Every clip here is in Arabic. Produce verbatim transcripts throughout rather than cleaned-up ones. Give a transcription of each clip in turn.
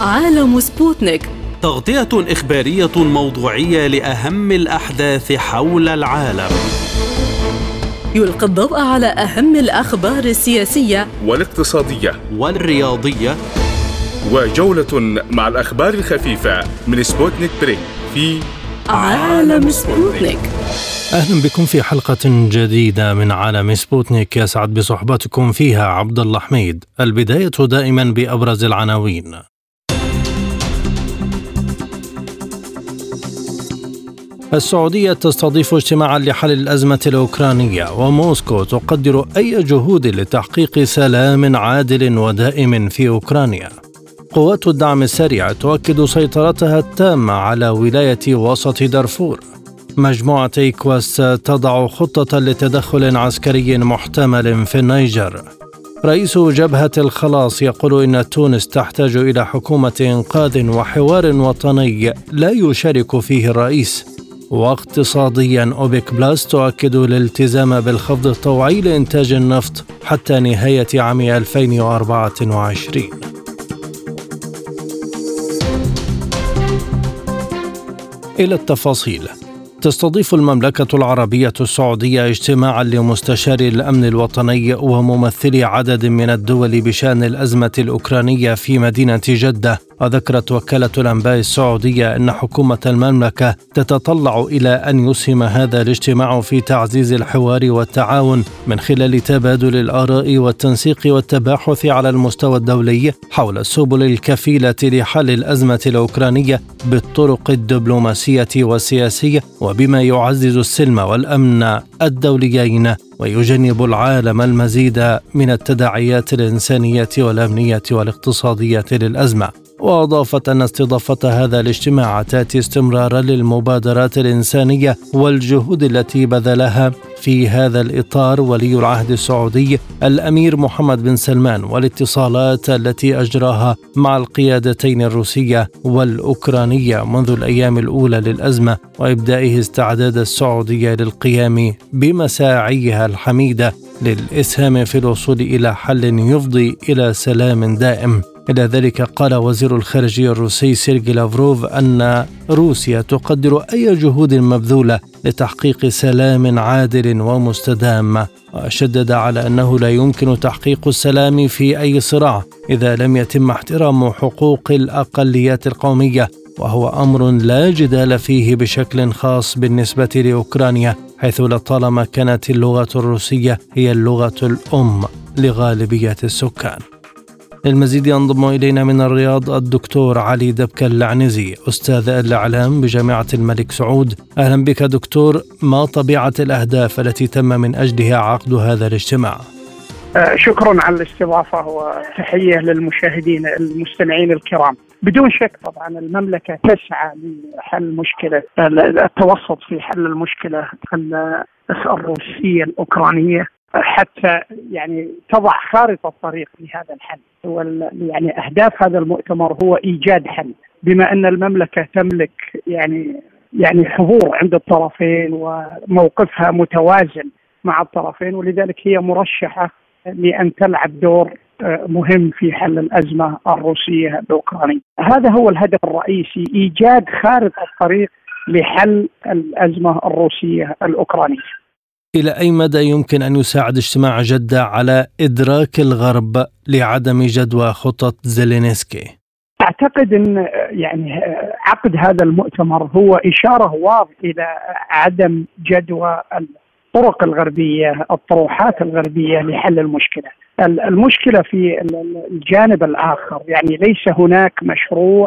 عالم سبوتنيك، تغطية إخبارية موضوعية لأهم الأحداث حول العالم. يلقي الضوء على أهم الأخبار السياسية والاقتصادية والرياضية، وجولة مع الأخبار الخفيفة من سبوتنيك بريك في عالم سبوتنيك. أهلا بكم في حلقة جديدة من عالم سبوتنيك، يسعد بصحبتكم فيها عبد الله حميد. البداية دائما بأبرز العناوين. السعودية تستضيف اجتماعا لحل الأزمة الأوكرانية، وموسكو تقدر أي جهود لتحقيق سلام عادل ودائم في أوكرانيا. قوات الدعم السريع تؤكد سيطرتها التامة على ولاية وسط دارفور. مجموعة إيكواس تضع خطة لتدخل عسكري محتمل في النيجر. رئيس جبهة الخلاص يقول إن تونس تحتاج إلى حكومة إنقاذ وحوار وطني لا يشارك فيه الرئيس. واقتصاديا، أوبك بلاس تؤكد الالتزام بالخفض الطوعي لإنتاج النفط حتى نهاية عام ألفين وأربعة وعشرين. إلى التفاصيل. تستضيف المملكة العربية السعودية اجتماعا لمستشار الأمن الوطني وممثلي عدد من الدول بشأن الأزمة الأوكرانية في مدينة جدة. وذكرت وكالة الأنباء السعودية أن حكومة المملكة تتطلع إلى أن يسهم هذا الاجتماع في تعزيز الحوار والتعاون من خلال تبادل الآراء والتنسيق والتباحث على المستوى الدولي حول السبل الكفيلة لحل الأزمة الأوكرانية بالطرق الدبلوماسية والسياسية، وبما يعزز السلم والأمن الدوليين ويجنب العالم المزيد من التداعيات الإنسانية والأمنية والاقتصادية للأزمة. وأضافت أن استضافة هذا الاجتماع تأتي استمرارا للمبادرات الإنسانية والجهود التي بذلها في هذا الإطار ولي العهد السعودي الأمير محمد بن سلمان، والاتصالات التي أجراها مع القيادتين الروسية والأوكرانية منذ الأيام الأولى للأزمة، وإبدائه استعداد السعودية للقيام بمساعيها الحميدة للإسهام في الوصول إلى حل يفضي إلى سلام دائم. إلى ذلك قال وزير الخارجية الروسي سيرجي لافروف أن روسيا تقدر أي جهود مبذولة لتحقيق سلام عادل ومستدام، وشدد على أنه لا يمكن تحقيق السلام في أي صراع إذا لم يتم احترام حقوق الأقليات القومية، وهو أمر لا جدال فيه بشكل خاص بالنسبة لأوكرانيا، حيث لطالما كانت اللغة الروسية هي اللغة الأم لغالبية السكان. للمزيد ينضم إلينا من الرياض الدكتور علي دبكة العنزي، أستاذ الإعلام بجامعة الملك سعود. أهلا بك دكتور. ما طبيعة الأهداف التي تم من أجلها عقد هذا الاجتماع؟ شكرا على الاستضافة وتحية للمشاهدين المستمعين الكرام. بدون شك طبعا المملكة تسعى لحل مشكلة التوسط في حل المشكلة الروسية الأوكرانية حتى يعني تضع خارطة طريق لهذا الحل. يعني أهداف هذا المؤتمر هو إيجاد حل، بما أن المملكة تملك يعني يعني حضور عند الطرفين وموقفها متوازن مع الطرفين، ولذلك هي مرشحة لأن تلعب دور مهم في حل الأزمة الروسية الأوكرانية. هذا هو الهدف الرئيسي، إيجاد خارطة طريق لحل الأزمة الروسية الأوكرانية. إلى أي مدى يمكن أن يساعد اجتماع جدة على إدراك الغرب لعدم جدوى خطط زيلينسكي؟ أعتقد أن يعني عقد هذا المؤتمر هو إشارة واضحة إلى عدم جدوى الطرق الغربية، الطروحات الغربية لحل المشكلة. المشكلة في الجانب الآخر، يعني ليس هناك مشروع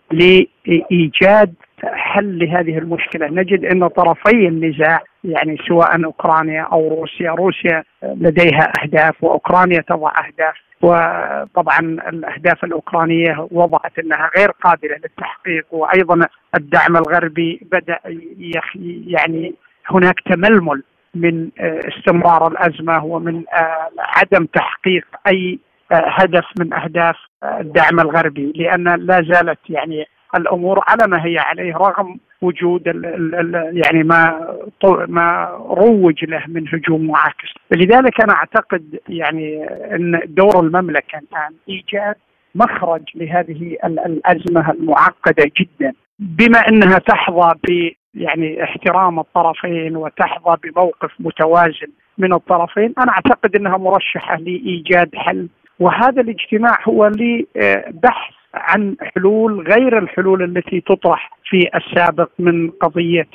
لإيجاد حل لهذه المشكلة. نجد أن طرفي النزاع يعني سواء أوكرانيا أو روسيا، روسيا لديها أهداف وأوكرانيا تضع أهداف، وطبعا الأهداف الأوكرانية وضعت أنها غير قابلة للتحقيق، وأيضا الدعم الغربي بدأ يعني هناك تململ من استمرار الأزمة ومن عدم تحقيق أي هدف من أهداف الدعم الغربي، لأن لا زالت يعني الأمور على ما هي عليه رغم وجود ال ال يعني ما ما روج له من هجوم معاكس. لذلك أنا أعتقد يعني أن دور المملكة الآن إيجاد مخرج لهذه الأزمة المعقدة جدا، بما أنها تحظى ب يعني احترام الطرفين وتحظى بموقف متوازن من الطرفين. أنا أعتقد أنها مرشحة لإيجاد حل، وهذا الاجتماع هو لبحث عن حلول غير الحلول التي تطرح في السابق من قضية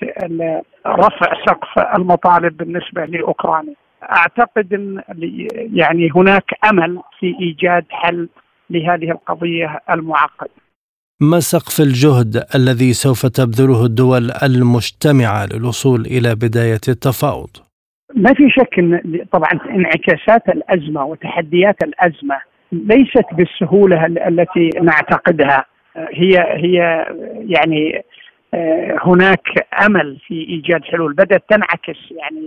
رفع سقف المطالب بالنسبة لأوكرانيا. أعتقد أن يعني هناك أمل في إيجاد حل لهذه القضية المعقدة. ما سقف الجهد الذي سوف تبذله الدول المجتمعة للوصول إلى بداية التفاوض؟ ما في شك أن طبعا انعكاسات الأزمة وتحديات الأزمة ليست بالسهولة التي نعتقدها. هي هي يعني هناك أمل في إيجاد حلول بدأت تنعكس، يعني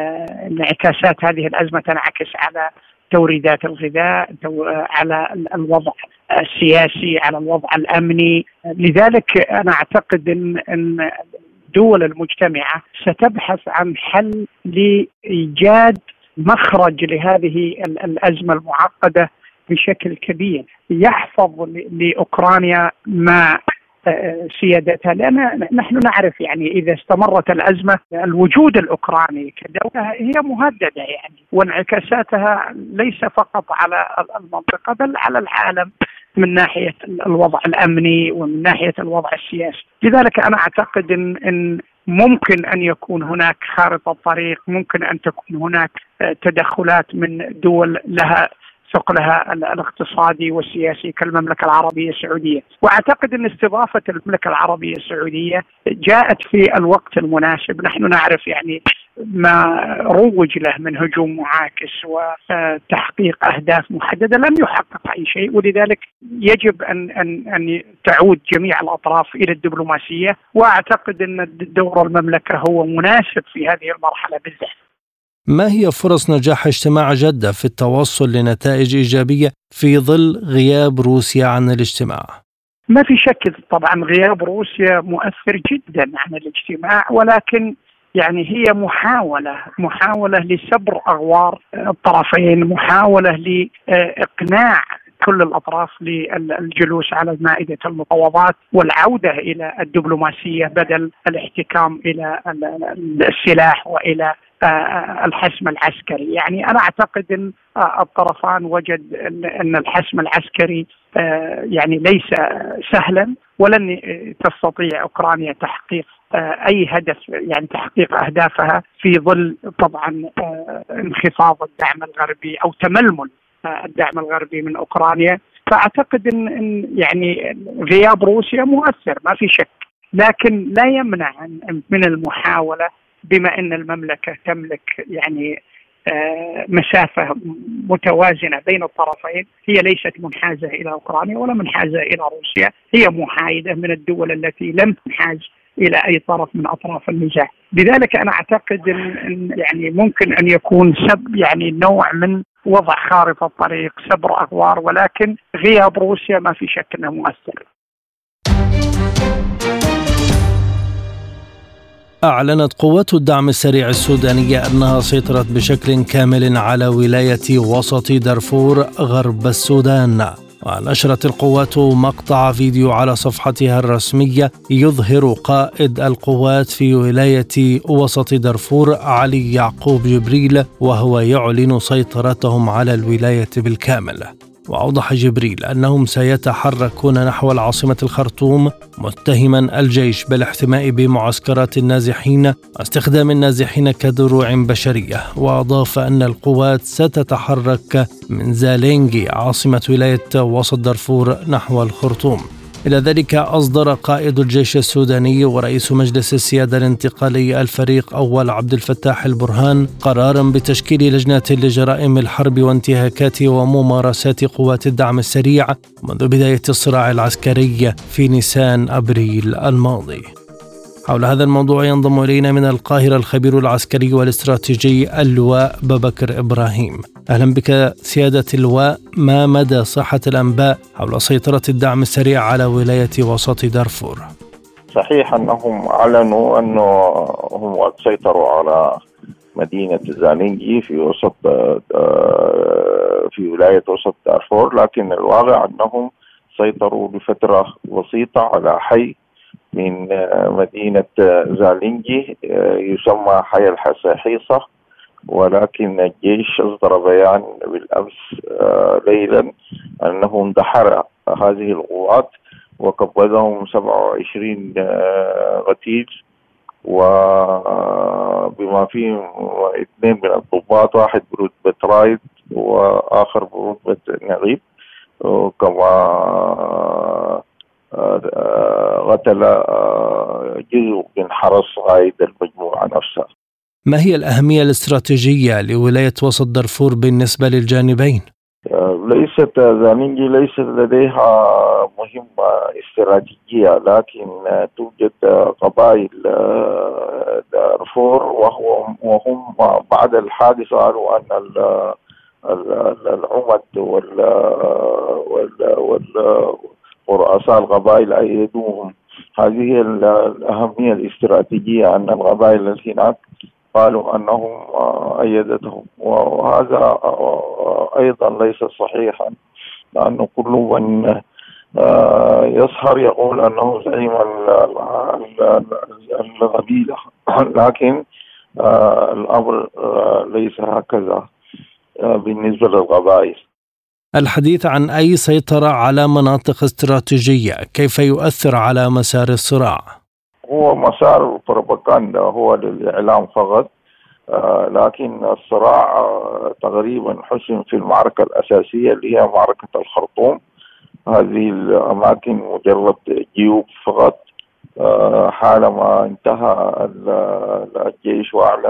انعكاسات هذه الأزمة تنعكس على توريدات الغذاء، على الوضع السياسي، على الوضع الأمني. لذلك أنا أعتقد أن الدول المجتمعة ستبحث عن حل لإيجاد مخرج لهذه الأزمة المعقدة بشكل كبير يحفظ لأوكرانيا ما سيادتها، لأن نحن نعرف يعني إذا استمرت الأزمة الوجود الأوكراني كدولة هي مهددة يعني، وانعكاساتها ليس فقط على المنطقة بل على العالم من ناحية الوضع الأمني ومن ناحية الوضع السياسي. لذلك أنا أعتقد إن, إن ممكن أن يكون هناك خارطة طريق، ممكن أن تكون هناك تدخلات من دول لها ثقلها الاقتصادي والسياسي كالمملكة العربية السعودية. وأعتقد أن استضافة المملكة العربية السعودية جاءت في الوقت المناسب. نحن نعرف يعني ما روج له من هجوم معاكس وتحقيق أهداف محددة لم يحقق أي شيء، ولذلك يجب أن أن أن تعود جميع الأطراف إلى الدبلوماسية، وأعتقد أن دور المملكة هو مناسب في هذه المرحلة بالذات. ما هي فرص نجاح اجتماع جدة في التوصل لنتائج إيجابية في ظل غياب روسيا عن الاجتماع؟ ما في شك طبعا غياب روسيا مؤثر جدا عن الاجتماع، ولكن يعني هي محاولة محاولة لسبر أغوار الطرفين، محاولة لإقناع كل الأطراف للجلوس على مائدة المفاوضات والعودة إلى الدبلوماسية بدل الاحتكام إلى السلاح وإلى الحسم العسكري. يعني أنا أعتقد أن الطرفان وجد أن الحسم العسكري يعني ليس سهلا، ولن تستطيع أوكرانيا تحقيق أي هدف، يعني تحقيق أهدافها في ظل طبعا انخفاض الدعم الغربي أو تململ الدعم الغربي من أوكرانيا. فأعتقد أن يعني غياب روسيا مؤثر ما في شك، لكن لا يمنع من المحاولة بما أن المملكة تملك يعني مسافة متوازنة بين الطرفين. هي ليست منحازة إلى أوكرانيا ولا منحازة إلى روسيا، هي محايدة من الدول التي لم تنحاز إلى أي طرف من أطراف النزاع. لذلك أنا أعتقد أن يعني ممكن أن يكون سب يعني نوع من وضع خارطة طريق، سبر أغوار، ولكن غياب روسيا ما في شك أنه مؤثر. أعلنت قوات الدعم السريع السودانية أنها سيطرت بشكل كامل على ولاية وسط دارفور غرب السودان. ونشرت القوات مقطع فيديو على صفحتها الرسمية يظهر قائد القوات في ولاية وسط دارفور علي يعقوب جبريل وهو يعلن سيطرتهم على الولاية بالكامل. وأوضح جبريل أنهم سيتحركون نحو العاصمة الخرطوم متهما الجيش بالاحتماء بمعسكرات النازحين واستخدام النازحين كدروع بشرية. وأضاف أن القوات ستتحرك من زالينجي عاصمة ولاية وسط دارفور نحو الخرطوم. إلى ذلك أصدر قائد الجيش السوداني ورئيس مجلس السيادة الانتقالي الفريق أول عبد الفتاح البرهان قرارا بتشكيل لجنة لجرائم الحرب وانتهاكات وممارسات قوات الدعم السريع منذ بداية الصراع العسكري في نيسان أبريل الماضي. حول هذا الموضوع ينضم إلينا من القاهرة الخبير العسكري والاستراتيجي اللواء ببكر إبراهيم. أهلا بك سيادة اللواء، ما مدى صحة الأنباء حول سيطرة الدعم السريع على ولاية وسط دارفور؟ صحيح أنهم أعلنوا أنهم قد سيطروا على مدينة زالينجي في وسط في ولاية وسط دارفور، لكن الواقع أنهم سيطروا لفترة بسيطة على حي من مدينة زالينجي يسمى حي الحساحيصة، ولكن الجيش أصدر بيان بالأمس ليلا أنه اندحر هذه القوات وقبضهم سبعة وعشرين قتيل وبما فيهم اثنين من الضباط، واحد برتبة رائد وآخر برتبة نقيب، وكما قتل جزء من حرس قائد المجموعة نفسها. ما هي الأهمية الاستراتيجية لولاية وسط دارفور بالنسبة للجانبين؟ ليست زالينجي ليست لديها مهمة استراتيجية، لكن توجد قبائل دارفور وهو وهم بعد الحادث قالوا أن العمد ورؤساء القبائل أيدوهم. هذه هي الأهمية الاستراتيجية، أن القبائل اللي هناك قالوا أنهم أيدتهم، وهذا أيضا ليس صحيحا، لأنه كل من يسهر يقول أنه زعيم القبيلة، لكن الأمر ليس هكذا بالنسبة للقبائل. الحديث عن أي سيطرة على مناطق استراتيجية كيف يؤثر على مسار الصراع؟ هو مسار بروباغندا، هو للإعلام فقط، آه لكن الصراع آه تقريبا حسم في المعركة الأساسية اللي هي معركة الخرطوم. هذه الأماكن مجرد جيوب فقط. آه حالما انتهى الجيش وأعلن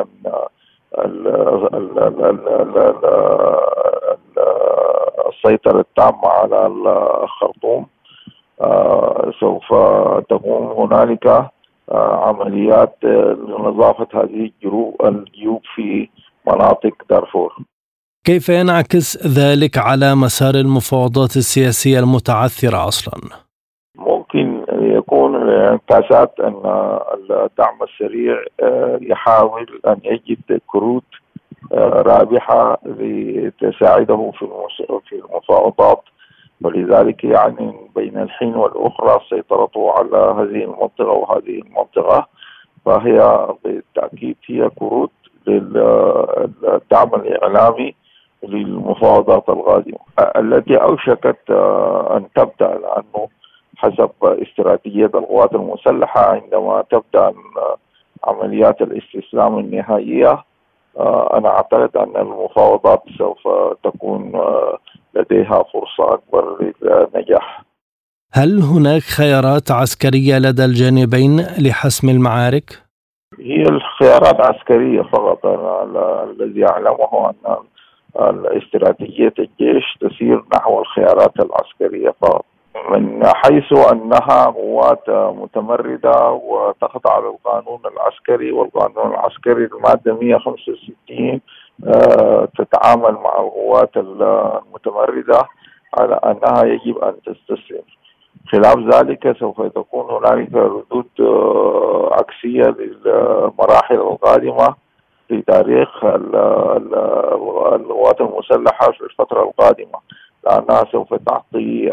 السيطرة التامة على الخرطوم، آه سوف تكون هنالك آه عمليات لنظافة هذه الجيوب في مناطق دارفور. كيف ينعكس ذلك على مسار المفاوضات السياسية المتعثرة أصلا؟ ممكن يكون انعكاسات أن الدعم السريع آه يحاول أن يجد كروت آه رابحة لتساعده في المفاوضات، ولذلك يعني بين الحين والأخرى سيطرته على هذه المنطقة وهذه المنطقة، فهي بالتأكيد هي كروت للدعم الإعلامي للمفاوضات القادمة التي أوشكت أن تبدأ، لأنه حسب استراتيجية القوات المسلحة عندما تبدأ عمليات الاستسلام النهائية أنا أعتقد أن المفاوضات سوف تكون لديها فرصة أكبر للنجاح. هل هناك خيارات عسكرية لدى الجانبين لحسم المعارك؟ هي الخيارات عسكرية فقط. الذي أعلمه أن استراتيجية الجيش تسير نحو الخيارات العسكرية فقط، من حيث أنها قوات متمردة وتخضع للقانون العسكري، والقانون العسكري المادة مئة وخمسة وستين تتعامل مع القوات المتمردة على أنها يجب أن تستسلم. خلاف ذلك سوف تكون هنالك ردود عكسية للمراحل القادمة في تاريخ القوات المسلحة في الفترة القادمة، لأنها سوف تعطي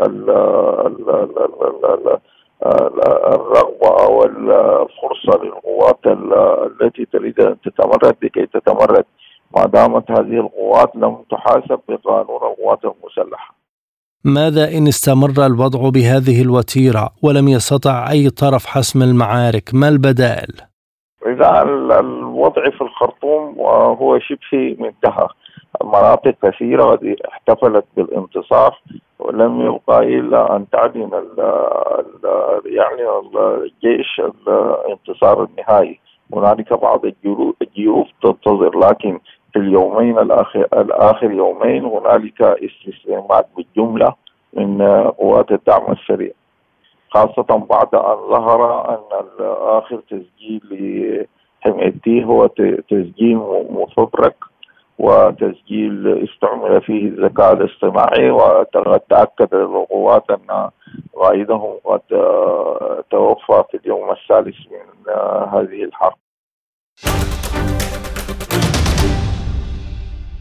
الرغبة والفرصة للقوات التي تريد أن تتمرد لكي تتمرد، ما دامت هذه القوات لم تحاسب بقانون القوات المسلحة. ماذا إن استمر الوضع بهذه الوتيرة ولم يستطع أي طرف حسم المعارك؟ ما البدائل؟ إذا الوضع في الخرطوم هو شبه منتهى، مناطق كثيرة احتفلت بالانتصار ولم يبقى إلا أن تعلن ال ال يعني الجيش الانتصار النهائي. هنالك بعض الجيوب تنتظر، لكن في اليومين الآخر, الآخر يومين هنالك استسلامات بالجملة من قوات الدعم السريع، خاصة بعد أن ظهر أن آخر تسجيل لحميتي هو تسجيل مفبرك وتسجيل استعمل فيه الذكاء الاصطناعي، وتأكد القوات أن قائدهم قد توفى في اليوم الثالث من هذه الحرب.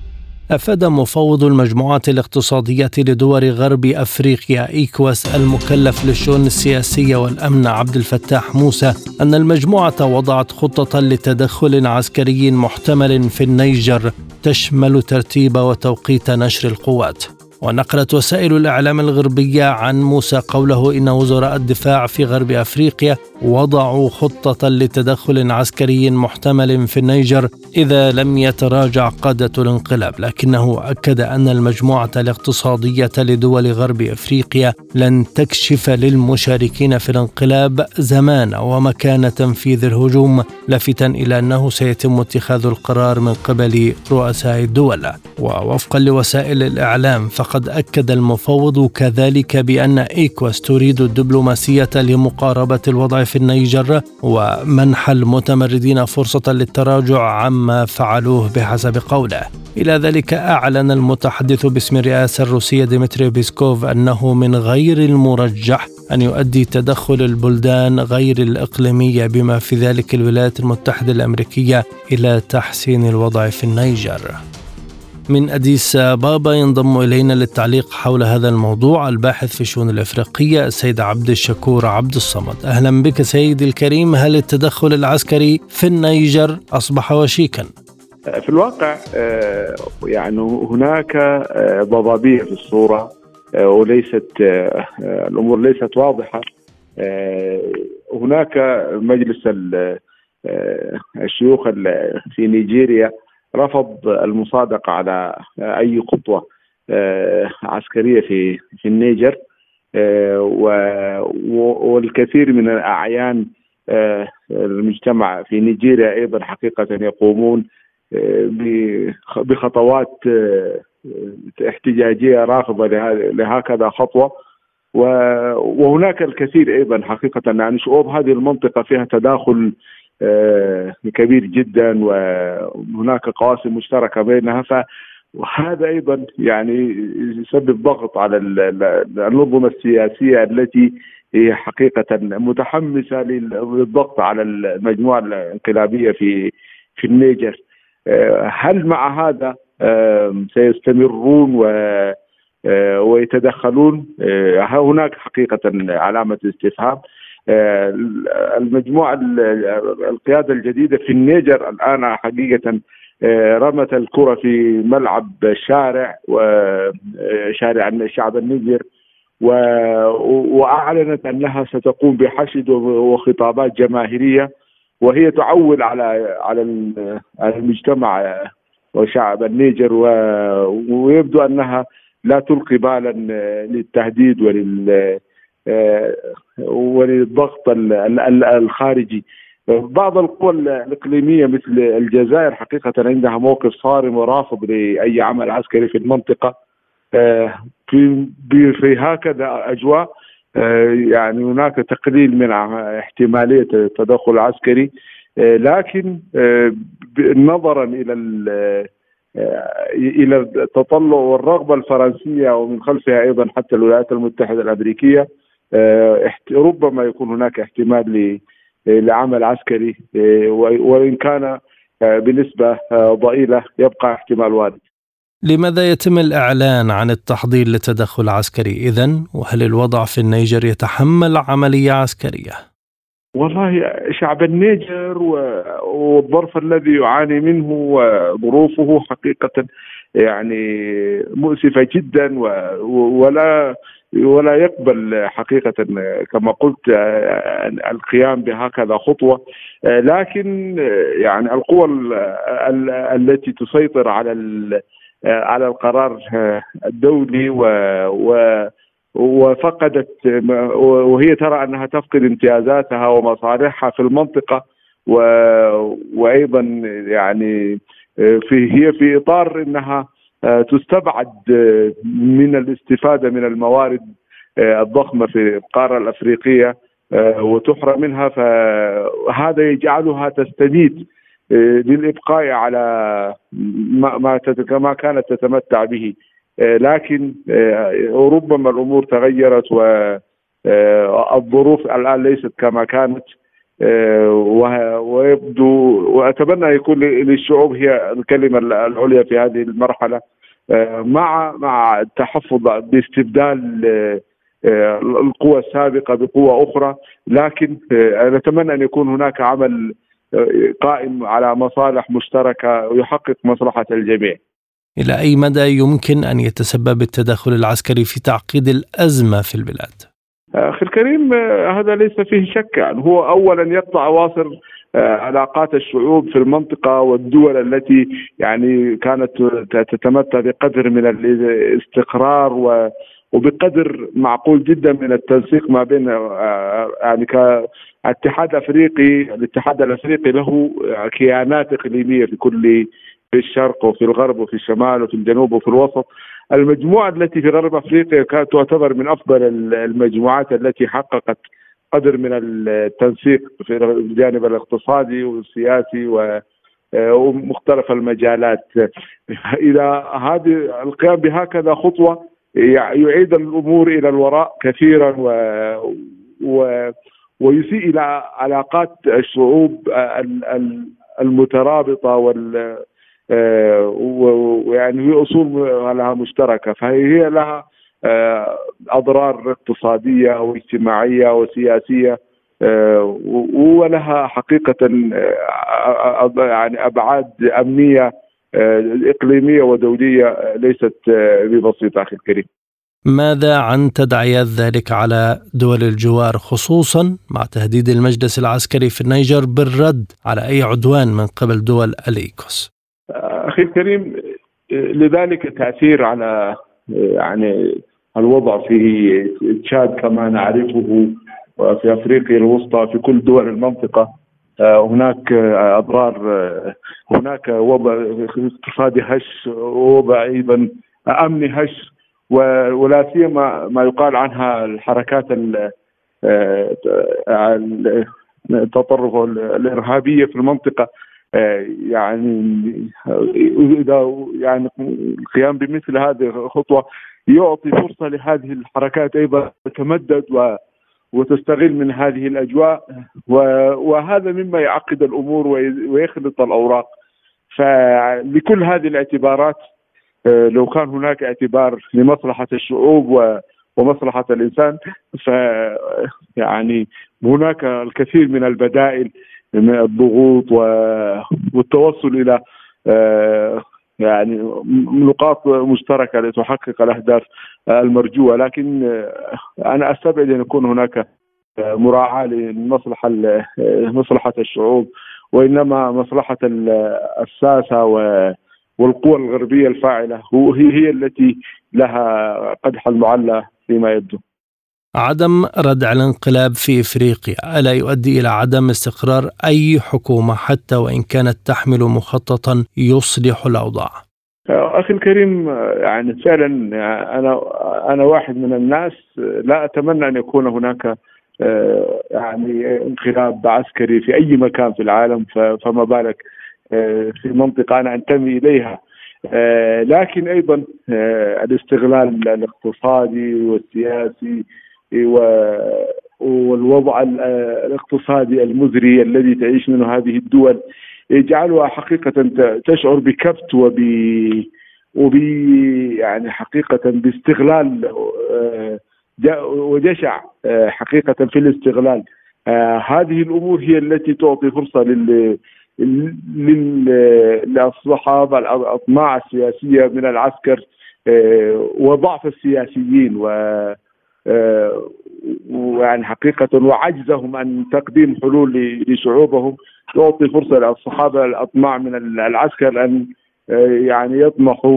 أفاد مفوض المجموعات الاقتصادية لدول غرب أفريقيا إيكواس المكلف للشؤون السياسية والأمن عبد الفتاح موسى أن المجموعة وضعت خطة لتدخل عسكري محتمل في النيجر تشمل ترتيب وتوقيت نشر القوات. ونقلت وسائل الإعلام الغربية عن موسى قوله إن وزراء الدفاع في غرب أفريقيا وضعوا خطة لتدخل عسكري محتمل في النيجر إذا لم يتراجع قادة الانقلاب، لكنه أكد أن المجموعة الاقتصادية لدول غرب أفريقيا لن تكشف للمشاركين في الانقلاب زمان ومكان تنفيذ الهجوم، لافتا إلى أنه سيتم اتخاذ القرار من قبل رؤساء الدول. ووفقا لوسائل الإعلام فقد أكد المفوض كذلك بأن إيكواس تريد الدبلوماسية لمقاربة الوضع في النيجر ومنح المتمردين فرصة للتراجع عما فعلوه بحسب قوله. إلى ذلك أعلن المتحدث باسم الرئاسة الروسية ديمتري بيسكوف أنه من غير المرجح أن يؤدي تدخل البلدان غير الإقليمية بما في ذلك الولايات المتحدة الأمريكية إلى تحسين الوضع في النيجر. من أديس أبابا ينضم إلينا للتعليق حول هذا الموضوع الباحث في الشؤون الأفريقية السيد عبد الشكور عبد الصمد. أهلا بك سيدي الكريم. هل التدخل العسكري في النيجر أصبح وشيكا؟ في الواقع يعني هناك ضبابية في الصورة وليست الأمور ليست واضحة. هناك مجلس الشيوخ في نيجيريا رفض المصادقة على أي خطوة عسكرية في في النيجر، والكثير من الأعيان المجتمع في نيجيريا أيضا حقيقة يقومون بخطوات احتجاجية رافضة لهكذا خطوة. وهناك الكثير أيضا حقيقة يعني شعوب هذه المنطقة فيها تداخل كبير جدا وهناك قواسم مشتركة بينها، وهذا أيضا يعني يسبب ضغط على النظم السياسية التي هي حقيقة متحمسة للضغط على المجموعة الانقلابية في في النيجر. هل مع هذا سيستمرون ويتدخلون؟ هناك حقيقة علامة استفهام. المجموعة القيادة الجديدة في النيجر الآن حقيقة رمت الكرة في ملعب الشارع وشارع الشعب النيجر، وأعلنت أنها ستقوم بحشد وخطابات جماهيرية، وهي تعول على على المجتمع وشعب النيجر، ويبدو أنها لا تلقي بالا للتهديد ولل وللضغط الخارجي. بعض القوى الإقليمية مثل الجزائر حقيقة عندها موقف صارم ورافض لأي عمل عسكري في المنطقة. في في هكذا أجواء يعني هناك تقليل من احتمالية التدخل العسكري، لكن نظرا إلى إلى التطلع والرغبة الفرنسية ومن خلفها أيضا حتى الولايات المتحدة الأمريكية ربما يكون هناك احتمال لعمل عسكري، وإن كان بنسبة ضئيلة يبقى احتمال وارد. لماذا يتم الإعلان عن التحضير لتدخل عسكري إذن؟ وهل الوضع في النيجر يتحمل عملية عسكرية؟ والله شعب النيجر والظرف الذي يعاني منه وظروفه حقيقة يعني مؤسفة جدا، ولا ولا يقبل حقيقة كما قلت القيام بهكذا خطوة. لكن يعني القوى التي تسيطر على على القرار الدولي وفقدت وهي ترى أنها تفقد امتيازاتها ومصالحها في المنطقة، وأيضا يعني في هي في إطار أنها تستبعد من الاستفادة من الموارد الضخمة في القارة الأفريقية وتحرم منها، فهذا يجعلها تستميت للإبقاء على ما ما كانت تتمتع به. لكن ربما الأمور تغيرت والظروف الآن ليست كما كانت، ويبدو وأتمنى أن يكون للشعوب هي الكلمة العليا في هذه المرحلة، مع مع التحفظ باستبدال القوى السابقة بقوة أخرى، لكن نتمنى أن يكون هناك عمل قائم على مصالح مشتركة ويحقق مصلحة الجميع. إلى أي مدى يمكن أن يتسبب التدخل العسكري في تعقيد الأزمة في البلاد؟ أخي الكريم، هذا ليس فيه شك. يعني هو أولا يقطع أواصر علاقات الشعوب في المنطقة والدول التي يعني كانت تتمتع بقدر من الاستقرار وبقدر معقول جدا من التنسيق ما بين يعني كاتحاد أفريقي. الاتحاد الأفريقي له كيانات إقليمية في كل في الشرق وفي الغرب وفي الشمال وفي الجنوب وفي الوسط. المجموعة التي في غرب أفريقيا كانت تعتبر من أفضل المجموعات التي حققت قدر من التنسيق في الجانب الاقتصادي والسياسي ومختلف المجالات. إذا هذه القيام بهكذا خطوة يعيد الأمور إلى الوراء كثيرا و, و ويسيء إلى علاقات الشعوب المترابطة وال ويعني هي أصول لها مشتركة، فهي لها أضرار اقتصادية واجتماعية وسياسية، ولها حقيقة يعني أبعاد أمنية إقليمية ودولية ليست ببسيطة. أخي الكريم، ماذا عن تداعيات ذلك على دول الجوار، خصوصا مع تهديد المجلس العسكري في النيجر بالرد على أي عدوان من قبل دول الإيكوس؟ أخي الكريم، لذلك تأثير على يعني الوضع في تشاد كما نعرفه وفي أفريقيا الوسطى، في كل دول المنطقة هناك أضرار، هناك وضع اقتصادي هش ووضع أيضا أمني هش، ولا سيما ما يقال عنها الحركات التطرف الإرهابية في المنطقة. يعني إذا يعني القيام بمثل هذه الخطوة يعطي فرصة لهذه الحركات أيضا تتمدد وتستغل من هذه الأجواء، وهذا مما يعقد الأمور ويخلط الأوراق. فلكل هذه الاعتبارات، لو كان هناك اعتبار لمصلحة الشعوب ومصلحة الإنسان، ف يعني هناك الكثير من البدائل من الضغوط والتوصل إلى يعني نقاط مشتركة لتحقق الأهداف المرجوة. لكن أنا أستبعد أن يكون هناك مراعاة لمصلحة مصلحة الشعوب، وإنما مصلحة الساسة والقوى الغربية الفاعلة هي هي التي لها قدح المعلى فيما يبدو. عدم ردع الانقلاب في إفريقيا ألا يؤدي إلى عدم استقرار أي حكومة حتى وإن كانت تحمل مخططا يصلح الأوضاع؟ أخي الكريم، يعني فعلا أنا أنا واحد من الناس لا أتمنى أن يكون هناك يعني انقلاب عسكري في أي مكان في العالم، فما بالك في منطقة أنا أنتمي إليها. لكن أيضا الاستغلال الاقتصادي والسياسي والوضع الاقتصادي المزري الذي تعيش منه هذه الدول يجعلها حقيقة تشعر بكبت وب وب يعني حقيقة باستغلال وجشع حقيقة في الاستغلال. هذه الأمور هي التي تعطي فرصة لل للصحابة الأطماع السياسية من العسكر وضعف السياسيين و ويعني حقيقة وعجزهم عن تقديم حلول لشعوبهم، تعطي فرصة للصحابة الأطماع من العسكر أن يعني يطمحوا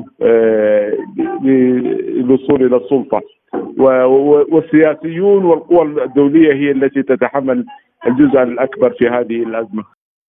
للوصول إلى السلطة، والسياسيون والقوى الدولية هي التي تتحمل الجزء الأكبر في هذه الأزمة.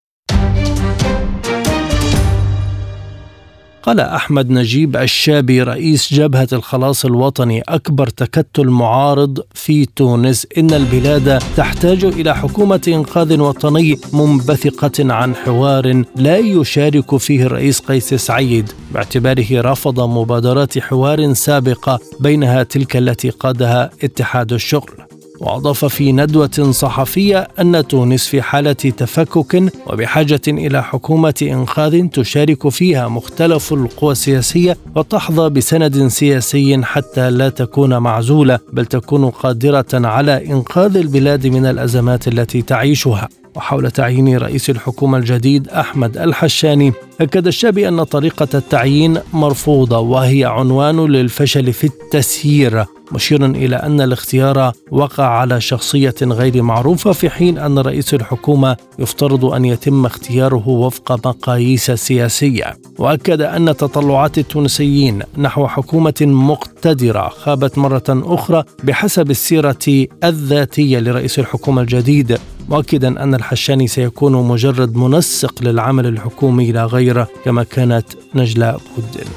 قال أحمد نجيب الشابي رئيس جبهة الخلاص الوطني أكبر تكتل معارض في تونس إن البلاد تحتاج إلى حكومة إنقاذ وطني منبثقة عن حوار لا يشارك فيه الرئيس قيس سعيد، باعتباره رفض مبادرات حوار سابقة بينها تلك التي قادها اتحاد الشغل. وأضاف في ندوة صحفية أن تونس في حالة تفكك وبحاجة إلى حكومة إنقاذ تشارك فيها مختلف القوى السياسية وتحظى بسند سياسي حتى لا تكون معزولة بل تكون قادرة على إنقاذ البلاد من الأزمات التي تعيشها. وحول تعيين رئيس الحكومة الجديد أحمد الحشاني، أكد الشابي أن طريقة التعيين مرفوضة وهي عنوان للفشل في التسيير، مشيرا إلى أن الاختيار وقع على شخصية غير معروفة في حين أن رئيس الحكومة يفترض أن يتم اختياره وفق مقاييس سياسية. وأكد أن تطلعات التونسيين نحو حكومة مقتدرة خابت مرة أخرى بحسب السيرة الذاتية لرئيس الحكومة الجديد، مؤكدا أن الحشاني سيكون مجرد منسق للعمل الحكومي لا غير كما كانت نجلاء بودن.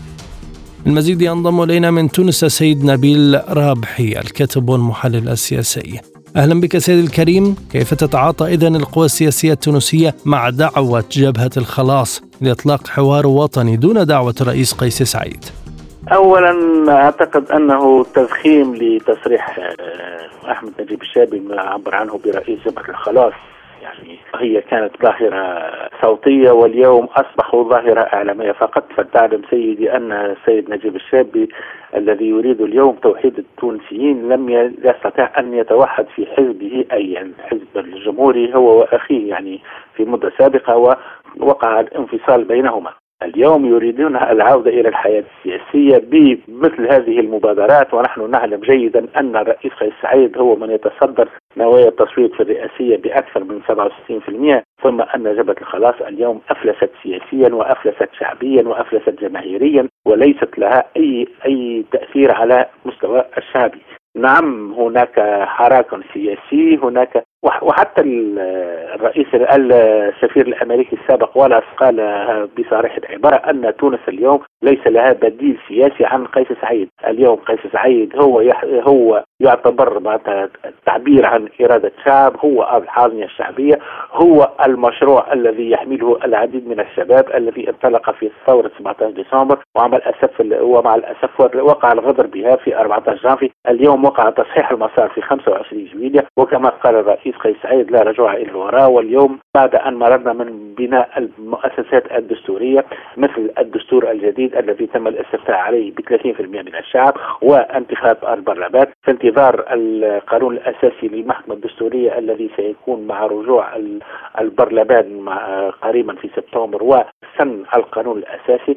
المزيد ينضم إلينا من تونس سيد نبيل رابحي الكاتب والمحلل السياسي. أهلا بك سيد الكريم. كيف تتعاطى إذن القوى السياسية التونسية مع دعوة جبهة الخلاص لإطلاق حوار وطني دون دعوة الرئيس قيس سعيد؟ أولا أعتقد أنه تضخيم لتصريح أحمد نجيب الشابي ما عبر عنه برئيس جبهة الخلاص، يعني هي كانت ظاهرة صوتية واليوم أصبحوا ظاهرة إعلامية فقط. فتعلم سيدي أن السيد نجيب الشابي الذي يريد اليوم توحيد التونسيين لم يستطع أن يتوحد في حزبه أي يعني الحزب الجمهوري هو وأخيه يعني في مدة سابقة ووقع الانفصال بينهما. اليوم يريدون العودة إلى الحياة السياسية بمثل هذه المبادرات، ونحن نعلم جيدا أن الرئيس قيس سعيد هو من يتصدر نوايا التصويت في الرئاسية بأكثر من سبعة وستين بالمئة، ثم أن جبهة الخلاص اليوم أفلست سياسيا وأفلست شعبيا وأفلست جماهيريا وليست لها أي أي تأثير على مستوى الشعبي. نعم هناك حراك سياسي هناك، وحتى الرئيس السفير الأمريكي السابق ولا قال بصريح العبارة أن تونس اليوم ليس لها بديل سياسي عن قيس سعيد. اليوم قيس سعيد هو يح هو يعتبر التعبير عن إرادة الشعب، هو الحاضنة الشعبية، هو المشروع الذي يحمله العديد من الشباب الذي انطلق في ثورة سبعة عشر ديسمبر ومع الأسف ومع الأسف وقع الغدر بها في أربعة عشر جانفي. اليوم وقع تصحيح المسار في خمسة وعشرين جويلية، وكما قال الرئيس قيس سعيد لا رجوع إلى الوراء. واليوم بعد أن مررنا من بناء المؤسسات الدستورية مثل الدستور الجديد الذي تم الاستفتاء عليه ب ثلاثين بالمئة من الشعب وانتخاب البرلمان، في انتظار القانون الأساسي للمحكمة الدستورية الذي سيكون مع رجوع البرلمان مع قريبا في سبتمبر وسن القانون الأساسي،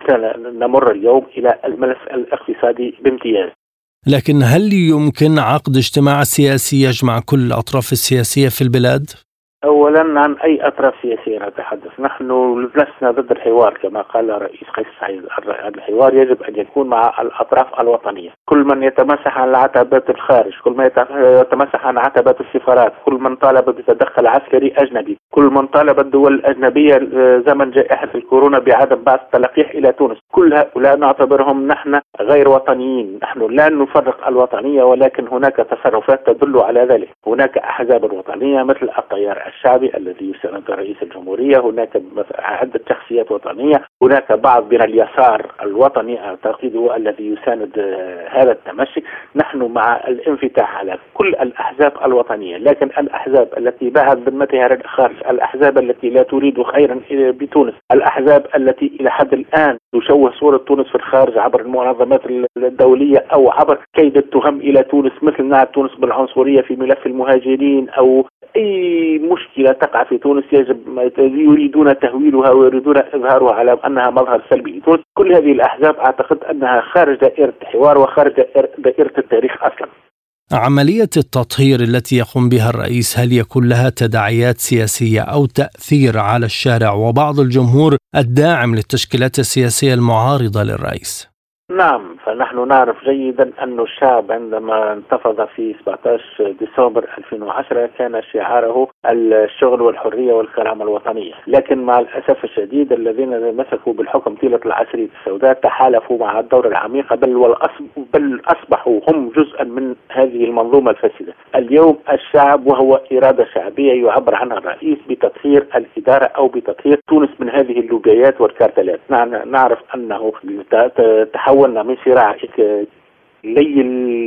نمر اليوم إلى الملف الاقتصادي بامتياز. لكن هل يمكن عقد اجتماع سياسي يجمع كل الأطراف السياسية في البلاد؟ أولا عن أي أطراف سياسية نتحدث؟ نحن لسنا ضد الحوار كما قال الرئيس قيس سعيد. الحوار يجب أن يكون مع الأطراف الوطنية، كل من يتمسح عن عتبات الخارج، كل من يتمسح عن عتبات السفارات، كل من طالب بتدخل عسكري أجنبي، كل من طالب الدول الأجنبية زمن جائحة الكورونا بعدم بعث تلقيح إلى تونس، كل هؤلاء نعتبرهم نحن غير وطنيين. نحن لا نفرق الوطنية ولكن هناك تصرفات تدل على ذلك. هناك أحزاب وطنية مثل التيار الشعبي الذي يساند رئيس الجمهورية، هناك عدة شخصيات وطنية، هناك بعض من اليسار الوطني أعتقد الذي يساند هذا التمشي. نحن مع الانفتاح على كل الأحزاب الوطنية، لكن الأحزاب التي باعت ذمتها للخارج، الأحزاب التي لا تريد خيرا بتونس، الأحزاب التي إلى حد الآن تشوه صورة تونس في الخارج عبر المنظمات الدولية أو عبر كيد التهم إلى تونس مثل نعت تونس بالعنصرية في ملف المهاجرين أو أي مشكلة تقع في تونس يجب يريدون تهويلها ويريدون إظهارها على أنها مظهر سلبي لتونس. كل هذه الأحزاب أعتقد أنها خارج دائرة الحوار وخارج دائرة التاريخ أصلا. عملية التطهير التي يقوم بها الرئيس هل يكون لها تداعيات سياسية أو تأثير على الشارع وبعض الجمهور الداعم للتشكيلات السياسية المعارضة للرئيس؟ نعم، فنحن نعرف جيدا أن الشعب عندما انتفض في سبعة عشر ديسمبر ألفين وعشرة كان شعاره الشغل والحرية والكرامة الوطنية، لكن مع الأسف الشديد الذين مسكوا بالحكم طيلة العصرية السوداء تحالفوا مع الدولة العميقة بل, بل أصبحوا هم جزءا من هذه المنظومة الفاسدة. اليوم الشعب وهو إرادة شعبية يعبر عنها الرئيس بتطهير الإدارة أو بتطهير تونس من هذه اللوبيات والكارتلات. نعرف أنه تحولنا من صراع لي اليد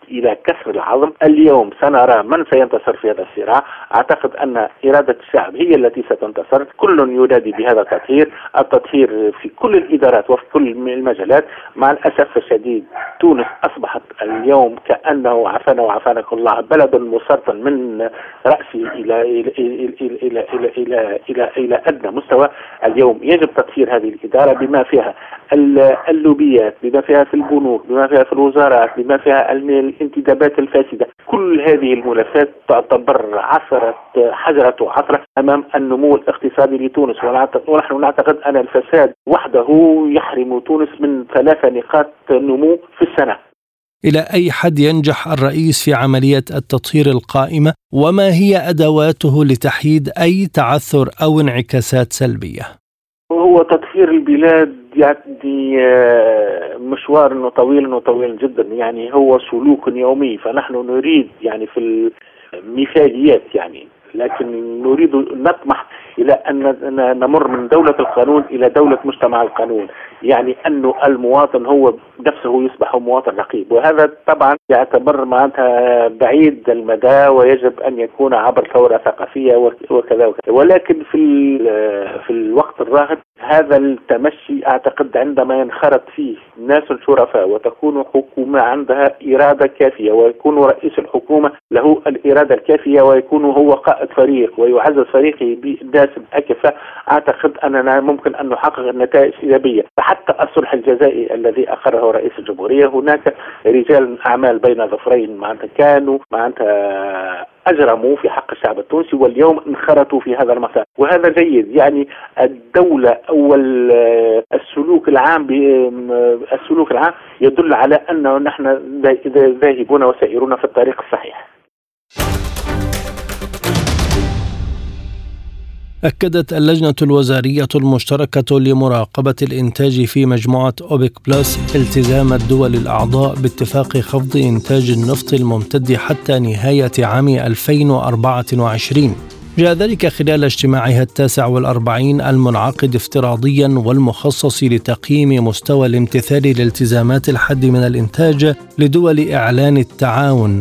إلى كسر العظم. اليوم سنرى من سينتصر في هذا الصراع. أعتقد أن إرادة الشعب هي التي ستنتصر. كل ينادي بهذا التطهير، التطهير في كل الإدارات وفي كل المجالات. مع الأسف الشديد تونس أصبحت اليوم كأنه عافانا وعافانك الله بلد مسرطن من رأسه إلى إلى إلى إلى إلى إلى إلى, إلى أدنى مستوى. اليوم يجب تطهير هذه الإدارة بما فيها اللوبيات، بما فيها في البنوك، بما فيها في الوزارات، بما فيها الانتدابات الفاسدة. كل هذه الملفات تعتبر عثرة حجرة عثرة أمام النمو الاقتصادي لتونس، ونحن نعتقد أن الفساد وحده يحرم تونس من ثلاثة نقاط نمو في السنة. إلى أي حد ينجح الرئيس في عملية التطهير القائمة، وما هي أدواته لتحييد أي تعثر أو انعكاسات سلبية؟ هو تطهير البلاد يعني مشوار طويل وطويل جدا، يعني هو سلوك يومي. فنحن نريد يعني في المثاليات يعني، لكن نريد نطمح إلى أن نمر من دولة القانون إلى دولة مجتمع القانون، يعني أن المواطن هو نفسه يصبح مواطن رقيب. وهذا طبعا يعتبر معناتها بعيد المدى، ويجب أن يكون عبر ثورة ثقافية وكذا وكذا. ولكن في في الوقت الراهن هذا التمشي أعتقد عندما ينخرط فيه الناس الشرفاء وتكون حكومة عندها إرادة كافية، ويكون رئيس الحكومة له الإرادة الكافية، ويكون هو قائد فريق ويعزز فريقه بالناس الأكفة، أعتقد أننا ممكن أن نحقق نتائج إيجابية. حتى الصلح الجزائي الذي أقره رئيس الجمهورية، هناك رجال أعمال بين ظفرين معناتها كانوا معناتها أجرموا في حق الشعب التونسي، واليوم انخرطوا في هذا المسار، وهذا جيد. يعني الدولة أو السلوك العام السلوك العام يدل على أنه نحن ذاهبون وسائرون في الطريق الصحيح. أكدت اللجنة الوزارية المشتركة لمراقبة الإنتاج في مجموعة أوبك بلس التزام الدول الأعضاء باتفاق خفض إنتاج النفط الممتد حتى نهاية عام ألفين وأربعة وعشرين. جاء ذلك خلال اجتماعها التاسع والأربعين المنعقد افتراضيا والمخصص لتقييم مستوى الامتثال لالتزامات الحد من الإنتاج لدول إعلان التعاون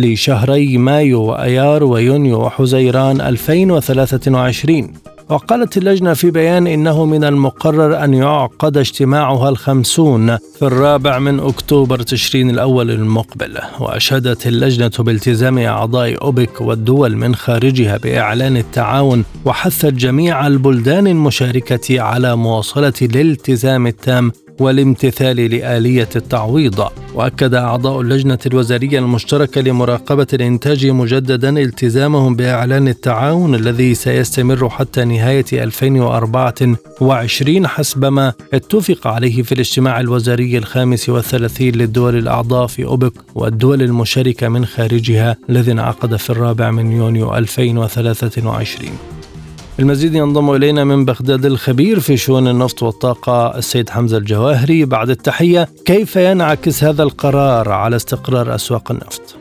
لشهري مايو وأيار ويونيو وحزيران ألفين وثلاثة وعشرين. وقالت اللجنة في بيان إنه من المقرر أن يعقد اجتماعها الخمسون في الرابع من أكتوبر تشرين الأول المقبل. وأشادت اللجنة بالتزام أعضاء أوبك والدول من خارجها بإعلان التعاون، وحثت جميع البلدان المشاركة على مواصلة الالتزام التام والامتثال لآلية التعويض. وأكد أعضاء اللجنة الوزارية المشتركة لمراقبة الإنتاج مجددا التزامهم بإعلان التعاون الذي سيستمر حتى نهاية ألفين وأربعة وعشرين حسب ما اتفق عليه في الاجتماع الوزاري الخامس والثلاثين للدول الأعضاء في أوبك والدول المشاركة من خارجها الذي انعقد في الرابع من يونيو ألفين وثلاثة وعشرين. المزيد ينضم إلينا من بغداد الخبير في شؤون النفط والطاقة السيد حمزة الجواهري. بعد التحية، كيف ينعكس هذا القرار على استقرار أسواق النفط؟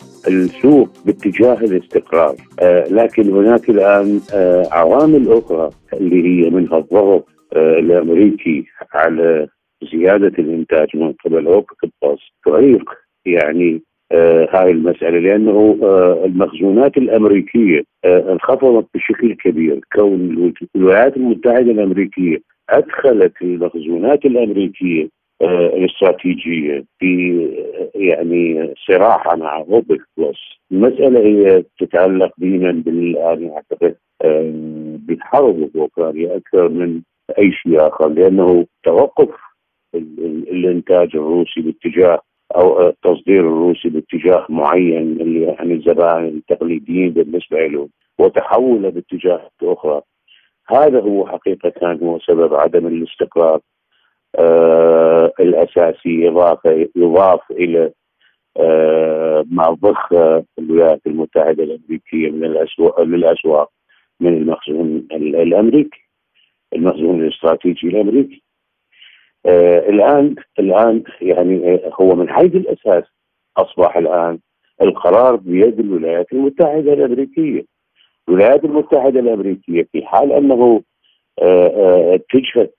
السوق باتجاه الاستقرار، آه لكن هناك الآن آه عوامل أخرى اللي هي منها الضغط آه الأمريكي على زيادة الإنتاج من قبل أوبك بلس تعيق يعني آه هاي المسألة، لأنه آه المخزونات الأمريكية آه انخفضت بشكل كبير. كون الولايات المتحدة الأمريكية أدخلت المخزونات الأمريكية آه الاستراتيجية في آه يعني صراع مع أوبك بلس. المسألة هي تتعلق ديما بال يعني أعتقد آه بحرب أوكرانيا أكثر من أي شيء آخر، لأنه توقف الإنتاج الروسي باتجاه أو التصدير الروسي باتجاه معين اللي يعني الزبائن التقليديين بالنسبة له وتحوله باتجاهات أخرى، هذا هو حقيقة هو سبب عدم الاستقرار آه الأساسي، إضافة يضاف إلى آه ما ضخ الولايات المتحدة الأمريكية من الأسواق للأسواق من المخزون الأمريكي، المخزون الاستراتيجي الأمريكي. آه الآن الآن يعني هو من حيث الأساس أصبح الآن القرار بيد الولايات المتحدة الأمريكية. الولايات المتحدة الأمريكية في حال أنه آه آه اتجهت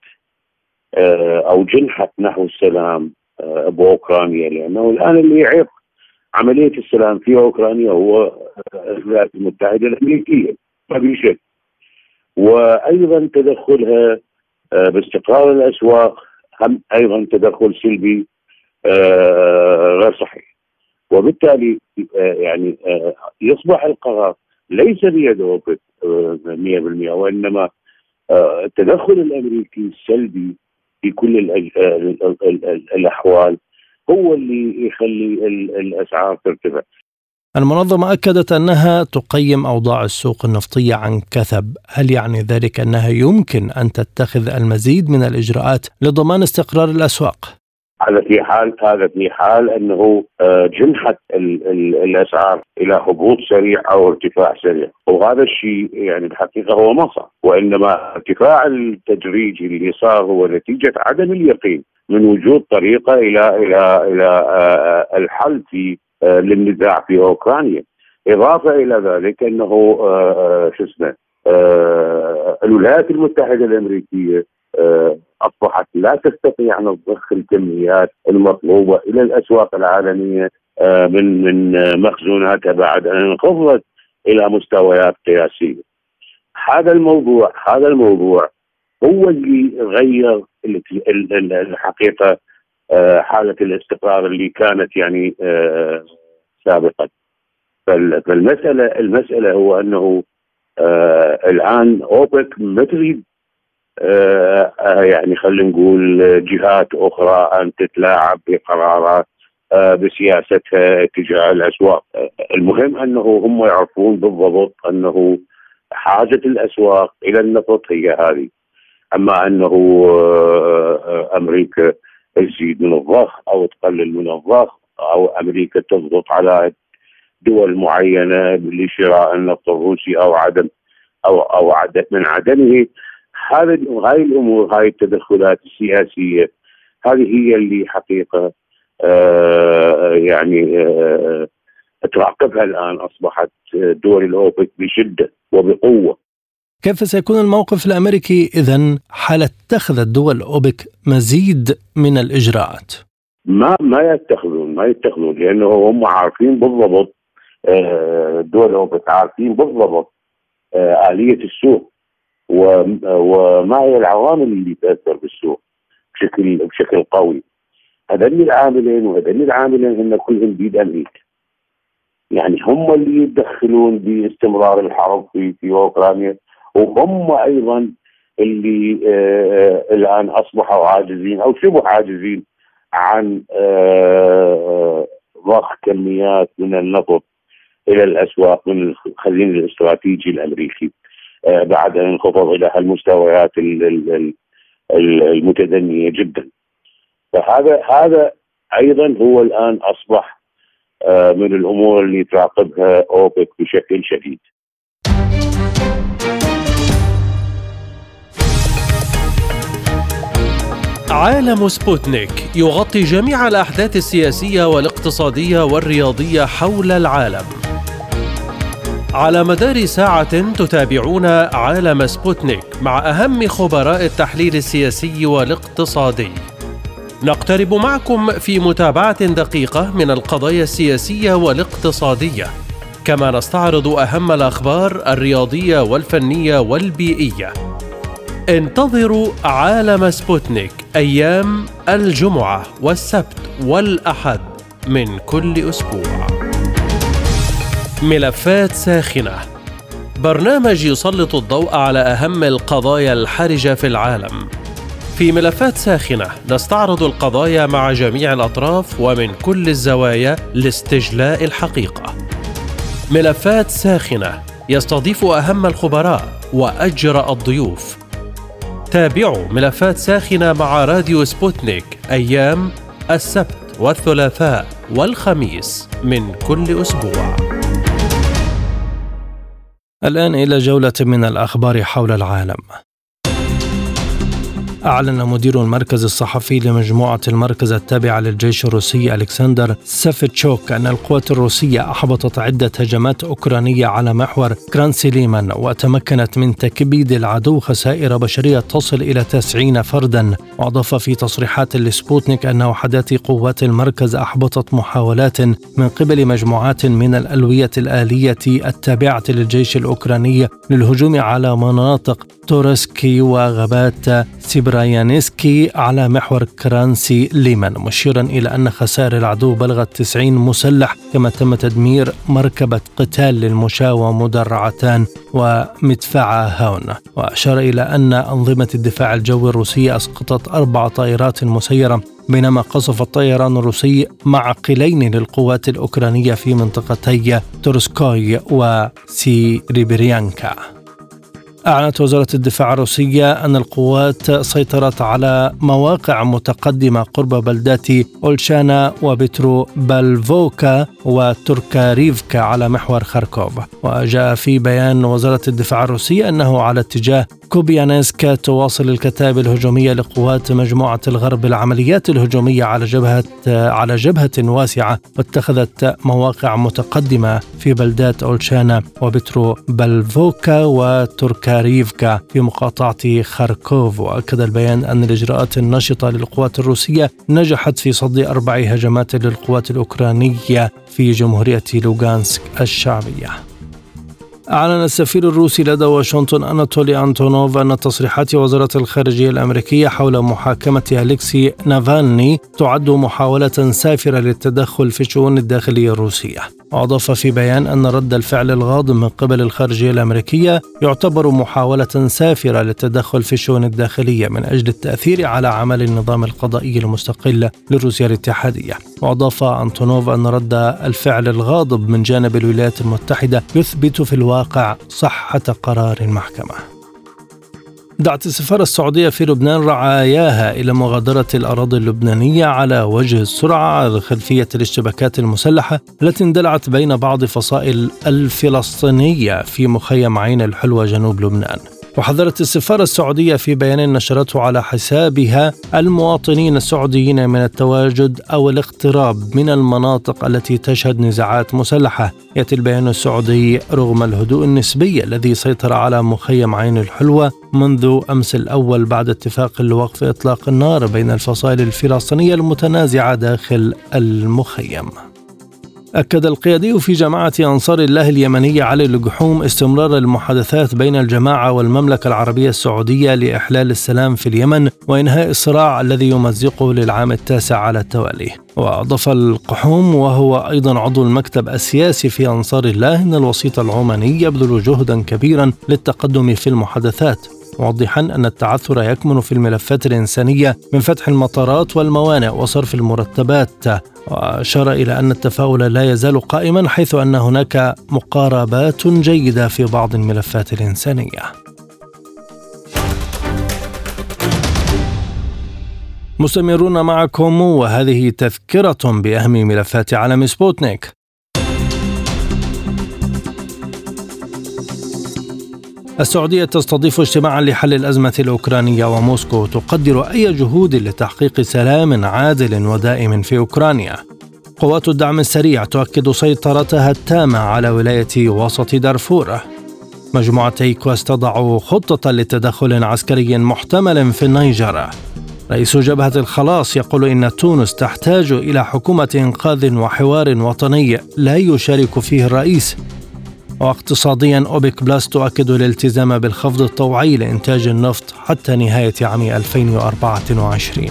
آه أو جنحت نحو السلام آه بأوكرانيا، لأنه الآن اللي يعيق عملية السلام في أوكرانيا هو الولايات المتحدة الأمريكية ما في شك، وأيضا تدخلها باستقرار الأسواق هم أيضا تدخل سلبي غير صحيح. وبالتالي يعني يصبح القرار ليس بيد أوبك مئة بالمئة، وإنما التدخل الأمريكي السلبي في كل الأحوال هو اللي يخلي الأسعار ترتفع. المنظمة أكدت أنها تقيم أوضاع السوق النفطية عن كثب، هل يعني ذلك أنها يمكن أن تتخذ المزيد من الإجراءات لضمان استقرار الأسواق؟ هذا في حال هذا في حال أنه جنحت الأسعار إلى هبوط سريع أو ارتفاع سريع، وهذا الشيء يعني الحقيقة هو ما صار، وإنما ارتفاع التدريجي اللي صار هو نتيجة عدم اليقين من وجود طريقة إلى إلى إلى الحل في للنزاع في أوكرانيا. إضافة إلى ذلك أنه شو اسمه الولايات المتحدة الأمريكية أصبحت لا تستطيع أن تضخ الكميات المطلوبة إلى الأسواق العالمية من من مخزوناتها بعد أن انخفضت إلى مستويات قياسية. هذا الموضوع هذا الموضوع هو اللي غير الحقيقة حالة الاستقرار اللي كانت يعني سابقا. فالمسألة المسألة هو أنه الآن أوبك ما تريد يعني خلينا نقول جهات أخرى أن تتلاعب بقرارات بسياستها تجاه الأسواق. المهم أنه هم يعرفون بالضبط أنه حاجة الأسواق إلى النفط هي هذه. أما أنه أمريكا تزيد من الضخ أو تقلل من الضخ أو أمريكا تضغط على دول معينة لشراء النفط الروسي أو عدم أو أو عدم من عدمه، هذه هاي الأمور هاي التدخلات السياسية هذه هي اللي حقيقة آه يعني آه تراقبها الآن أصبحت دول الأوبك بشدة وبقوة. كيف سيكون الموقف الأمريكي إذن حال اتخذت دول أوبك مزيد من الإجراءات؟ ما ما يتخذون ما يتخذون لأنه هم عارفين بالضبط، دول أوبك عارفين بالضبط آلية السوق وما هي العوامل اللي تأثر بالسوق بشكل بشكل قوي. هذين العاملين وهذين العاملين هم كلهم بيد أمريكا، يعني هم اللي يتدخلون باستمرار الحرب في في أوكرانيا، وهم أيضا اللي آه الآن أصبحوا عاجزين أو شبه عاجزين عن آه ضخ كميات من النفط إلى الأسواق من الخزين الاستراتيجي الأمريكي آه بعد أن انخفض إلى هالمستويات المتدنية جدا. فهذا هذا أيضا هو الآن أصبح آه من الأمور اللي تراقبها أوبك بشكل شديد. عالم سبوتنيك يغطي جميع الأحداث السياسية والاقتصادية والرياضية حول العالم. على مدار ساعة تتابعون عالم سبوتنيك مع أهم خبراء التحليل السياسي والاقتصادي. نقترب معكم في متابعة دقيقة من القضايا السياسية والاقتصادية، كما نستعرض أهم الأخبار الرياضية والفنية والبيئية. انتظروا عالم سبوتنيك أيام الجمعة والسبت والأحد من كل أسبوع. ملفات ساخنة، برنامج يسلط الضوء على أهم القضايا الحرجة في العالم. في ملفات ساخنة نستعرض القضايا مع جميع الأطراف ومن كل الزوايا لاستجلاء الحقيقة. ملفات ساخنة يستضيف أهم الخبراء وأجرأ الضيوف. تابعوا ملفات ساخنة مع راديو سبوتنيك أيام السبت والثلاثاء والخميس من كل أسبوع. الآن إلى جولة من الأخبار حول العالم. أعلن مدير المركز الصحفي لمجموعة المركز التابعة للجيش الروسي ألكسندر سافيتشوك أن القوات الروسية أحبطت عدة هجمات أوكرانية على محور كرانسي ليمان وتمكنت من تكبيد العدو خسائر بشرية تصل إلى تسعين فردا. وأضاف في تصريحات لسبوتنيك أن وحدات قوات المركز أحبطت محاولات من قبل مجموعات من الألوية الآلية التابعة للجيش الأوكراني للهجوم على مناطق تورسكي وغابات سيبرايانسكي على محور كرانسي ليمان، مشيرا إلى أن خسائر العدو بلغت تسعين مسلح، كما تم تدمير مركبة قتال للمشاة ومدرعتان ومدفع هاون. وأشار إلى أن أنظمة الدفاع الجوي الروسية أسقطت أربع طائرات مسيرة، بينما قصف الطيران الروسي معقلين للقوات الأوكرانية في منطقتي تورسكوي وسيريبريانكا. أعلنت وزارة الدفاع الروسية أن القوات سيطرت على مواقع متقدمة قرب بلدات أولشانا وبترو بالفوكا وتركاريفكا على محور خاركوف. وجاء في بيان وزارة الدفاع الروسية أنه على اتجاه كوبيانسكا تواصل الكتائب الهجومية لقوات مجموعة الغرب العمليات الهجومية على جبهة على جبهة واسعة، واتخذت مواقع متقدمة في بلدات أولشانا وبترو بالفوكا وتركاريفكا في مقاطعة خاركوف. وأكد البيان أن الإجراءات النشطة للقوات الروسية نجحت في صد أربع هجمات للقوات الأوكرانية في جمهورية لوغانسك الشعبية. أعلن السفير الروسي لدى واشنطن أناتولي أنتونوف أن تصريحات وزارة الخارجية الأمريكية حول محاكمة أليكسي نافالني تعد محاولة سافرة للتدخل في الشؤون الداخلية الروسية. وأضاف في بيان أن رد الفعل الغاضب من قبل الخارجية الأمريكية يعتبر محاولة سافرة للتدخل في الشؤون الداخلية من أجل التأثير على عمل النظام القضائي المستقل لروسيا الاتحادية. وأضاف أنتونوف أن رد الفعل الغاضب من جانب الولايات المتحدة يثبت في الواقع صحة قرار المحكمة. دعت السفارة السعودية في لبنان رعاياها إلى مغادرة الأراضي اللبنانية على وجه السرعة على خلفية الاشتباكات المسلحة التي اندلعت بين بعض فصائل الفلسطينية في مخيم عين الحلوة جنوب لبنان. وحذرت السفارة السعودية في بيان نشرته على حسابها المواطنين السعوديين من التواجد أو الاقتراب من المناطق التي تشهد نزاعات مسلحة. يأتي البيان السعودي رغم الهدوء النسبي الذي سيطر على مخيم عين الحلوة منذ أمس الأول بعد اتفاق لوقف إطلاق النار بين الفصائل الفلسطينية المتنازعة داخل المخيم. أكد القيادي في جماعة أنصار الله اليمنية علي الجحوم استمرار المحادثات بين الجماعة والمملكة العربية السعودية لإحلال السلام في اليمن وإنهاء الصراع الذي يمزقه للعام التاسع على التوالي. وأضاف القحوم وهو أيضا عضو المكتب السياسي في أنصار الله أن الوسيط العماني يبذل جهدا كبيرا للتقدم في المحادثات، موضحا أن التعثر يكمن في الملفات الإنسانية من فتح المطارات والموانئ وصرف المرتبات. وأشار إلى أن التفاؤل لا يزال قائما حيث أن هناك مقاربات جيدة في بعض الملفات الإنسانية. مستمرون معكم وهذه تذكرة بأهم ملفات عالم سبوتنيك. السعودية تستضيف اجتماعا لحل الأزمة الأوكرانية، وموسكو تقدر أي جهود لتحقيق سلام عادل ودائم في أوكرانيا. قوات الدعم السريع تؤكد سيطرتها التامة على ولاية وسط دارفور. مجموعة إيكواس تضع خطة لتدخل عسكري محتمل في النيجر. رئيس جبهة الخلاص يقول إن تونس تحتاج إلى حكومة إنقاذ وحوار وطني لا يشارك فيه الرئيس. واقتصاديا أوبك بلس تؤكد الالتزام بالخفض الطوعي لإنتاج النفط حتى نهاية عام ألفين وأربعة وعشرين.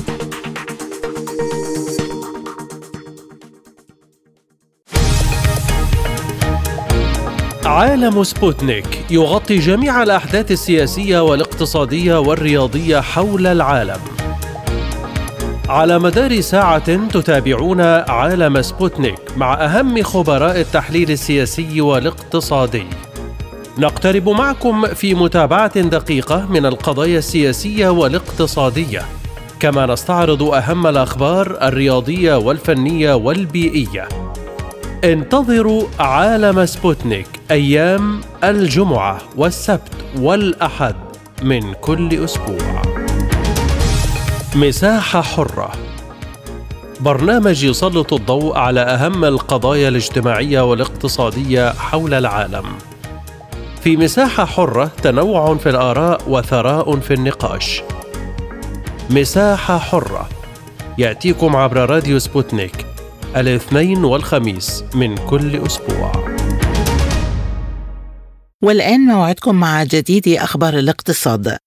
عالم سبوتنيك يغطي جميع الأحداث السياسية والاقتصادية والرياضية حول العالم. على مدار ساعة تتابعون عالم سبوتنيك مع أهم خبراء التحليل السياسي والاقتصادي. نقترب معكم في متابعة دقيقة من القضايا السياسية والاقتصادية، كما نستعرض أهم الأخبار الرياضية والفنية والبيئية. انتظروا عالم سبوتنيك أيام الجمعة والسبت والأحد من كل أسبوع. مساحة حرة، برنامج يسلط الضوء على أهم القضايا الاجتماعية والاقتصادية حول العالم. في مساحة حرة تنوع في الآراء وثراء في النقاش. مساحة حرة يأتيكم عبر راديو سبوتنيك الاثنين والخميس من كل أسبوع. والآن موعدكم مع جديد أخبار الاقتصاد.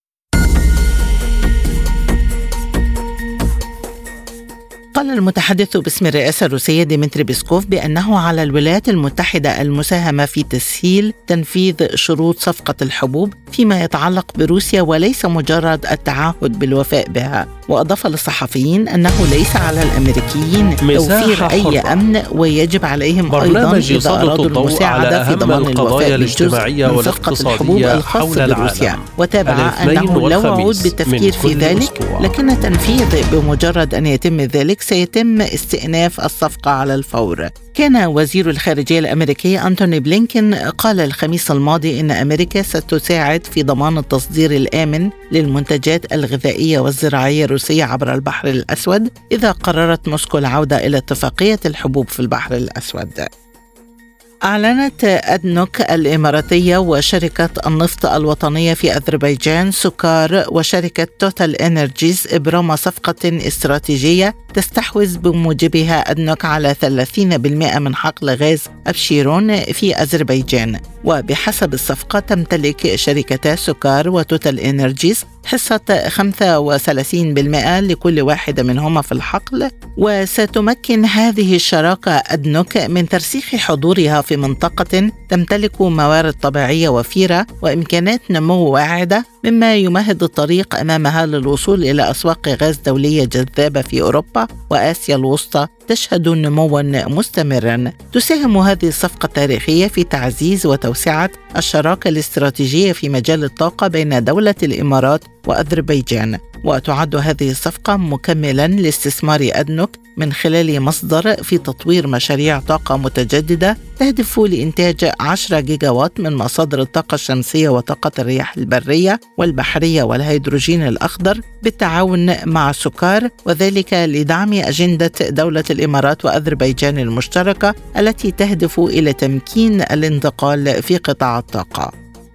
قال المتحدث باسم الرئاسة الروسية ديمتري بيسكوف بأنه على الولايات المتحدة المساهمة في تسهيل تنفيذ شروط صفقة الحبوب فيما يتعلق بروسيا وليس مجرد التعهد بالوفاء بها. وأضاف للصحفيين أنه ليس على الأمريكيين توفير أي أمن ويجب عليهم أيضا إذا أرادوا المساعدة في ضمان الوفاء بالجزء من صفقة الحبوب الخاصة بروسيا. وتابع أنه لا وعود بالتفكير في ذلك، لكن تنفيذ بمجرد أن يتم ذلك سيتم استئناف الصفقة على الفور. كان وزير الخارجية الأمريكي أنتوني بلينكين قال الخميس الماضي إن أمريكا ستساعد في ضمان التصدير الآمن للمنتجات الغذائية والزراعية الروسية عبر البحر الأسود إذا قررت موسكو العودة إلى اتفاقية الحبوب في البحر الأسود. أعلنت أدنوك الإماراتية وشركة النفط الوطنية في أذربيجان سكار وشركة توتال إنرجيز إبرام صفقة استراتيجية تستحوذ بموجبها أدنوك على ثلاثين بالمئة من حقل غاز أبشيرون في أذربيجان. وبحسب الصفقة تمتلك شركتا سكار وتوتال إنرجيز حصة خمسة وثلاثين بالمئة لكل واحدة منهما في الحقل. وستمكن هذه الشراكة أدنوك من ترسيخ حضورها في منطقة تمتلك موارد طبيعية وفيرة وإمكانات نمو واعدة، مما يمهد الطريق أمامها للوصول إلى أسواق غاز دولية جذابة في أوروبا وآسيا الوسطى تشهد نمواً مستمراً. تساهم هذه الصفقة التاريخية في تعزيز وتوسعة الشراكة الاستراتيجية في مجال الطاقة بين دولة الإمارات وأذربيجان. وتعد هذه الصفقة مكملاً لاستثمار أدنوك من خلال مصدر في تطوير مشاريع طاقة متجددة تهدف لإنتاج عشرة جيجاوات من مصادر الطاقة الشمسية وطاقة الرياح البرية والبحرية والهيدروجين الأخضر بالتعاون مع سكار، وذلك لدعم أجندة دولة الإمارات وأذربيجان المشتركة التي تهدف إلى تمكين الانتقال في قطاع الطاقة.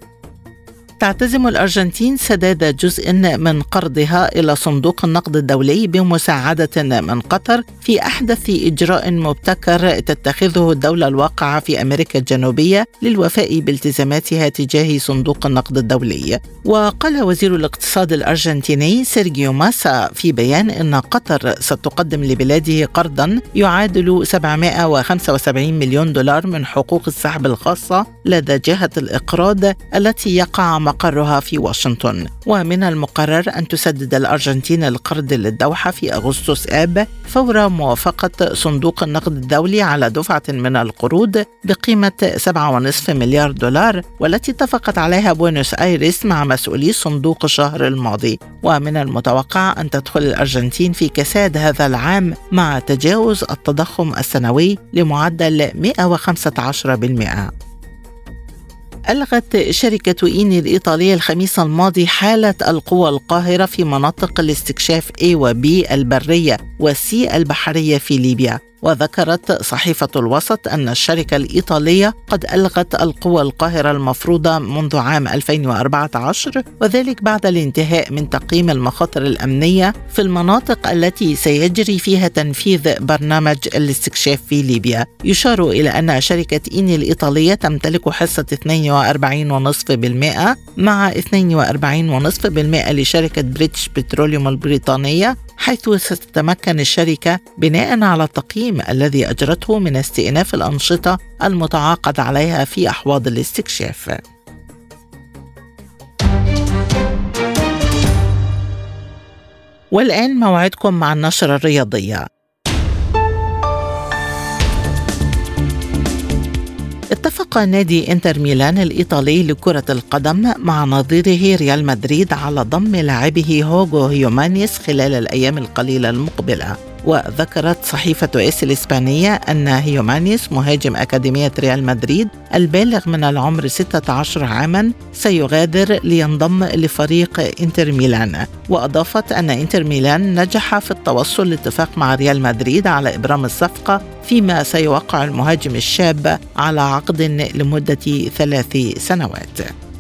تعتزم الأرجنتين سداد جزء من قرضها إلى صندوق النقد الدولي بمساعدة من قطر في أحدث إجراء مبتكر تتخذه الدولة الواقعة في أمريكا الجنوبية للوفاء بالتزاماتها تجاه صندوق النقد الدولي. وقال وزير الاقتصاد الأرجنتيني سيرجيو ماسا في بيان إن قطر ستقدم لبلاده قرضا يعادل سبعمائة وخمسة وسبعين مليون دولار من حقوق السحب الخاصة لدى جهة الإقراض التي يقع مقرها في واشنطن. ومن المقرر أن تسدد الأرجنتين القرض للدوحة في أغسطس آب فور موافقة صندوق النقد الدولي على دفعة من القروض بقيمة سبعة فاصلة خمسة مليار دولار، والتي اتفقت عليها بوينوس آيرس مع مسؤولي صندوق الشهر الماضي. ومن المتوقع أن تدخل الأرجنتين في كساد هذا العام مع تجاوز التضخم السنوي لمعدل مئة وخمسة عشر بالمئة. ألغت شركة إيني الإيطالية الخميس الماضي حالة القوى القاهرة في مناطق الاستكشاف A و B البرية و C البحرية في ليبيا. وذكرت صحيفة الوسط أن الشركة الإيطالية قد ألغت القوى القاهرة المفروضة منذ عام ألفين وأربعة عشر، وذلك بعد الانتهاء من تقييم المخاطر الأمنية في المناطق التي سيجري فيها تنفيذ برنامج الاستكشاف في ليبيا. يشار إلى أن شركة إيني الإيطالية تمتلك حصة اثنين وأربعين فاصلة خمسة بالمئة مع اثنين وأربعين فاصلة خمسة بالمئة لشركة بريتش بتروليوم البريطانية، حيث ستتمكن الشركة بناء على التقييم الذي أجرته من استئناف الأنشطة المتعاقد عليها في أحواض الاستكشاف. والآن موعدكم مع النشرة الرياضية. اتفق نادي إنتر ميلان الإيطالي لكرة القدم مع نظيره ريال مدريد على ضم لاعبه هوغو هيومانيس خلال الأيام القليلة المقبلة. وذكرت صحيفة إس الإسبانية أن هيومانيس مهاجم أكاديمية ريال مدريد البالغ من العمر ستة عشر عاما سيغادر لينضم لفريق إنتر ميلان. وأضافت أن إنتر ميلان نجح في التوصل لاتفاق مع ريال مدريد على إبرام الصفقة، فيما سيوقع المهاجم الشاب على عقد لمدة ثلاث سنوات.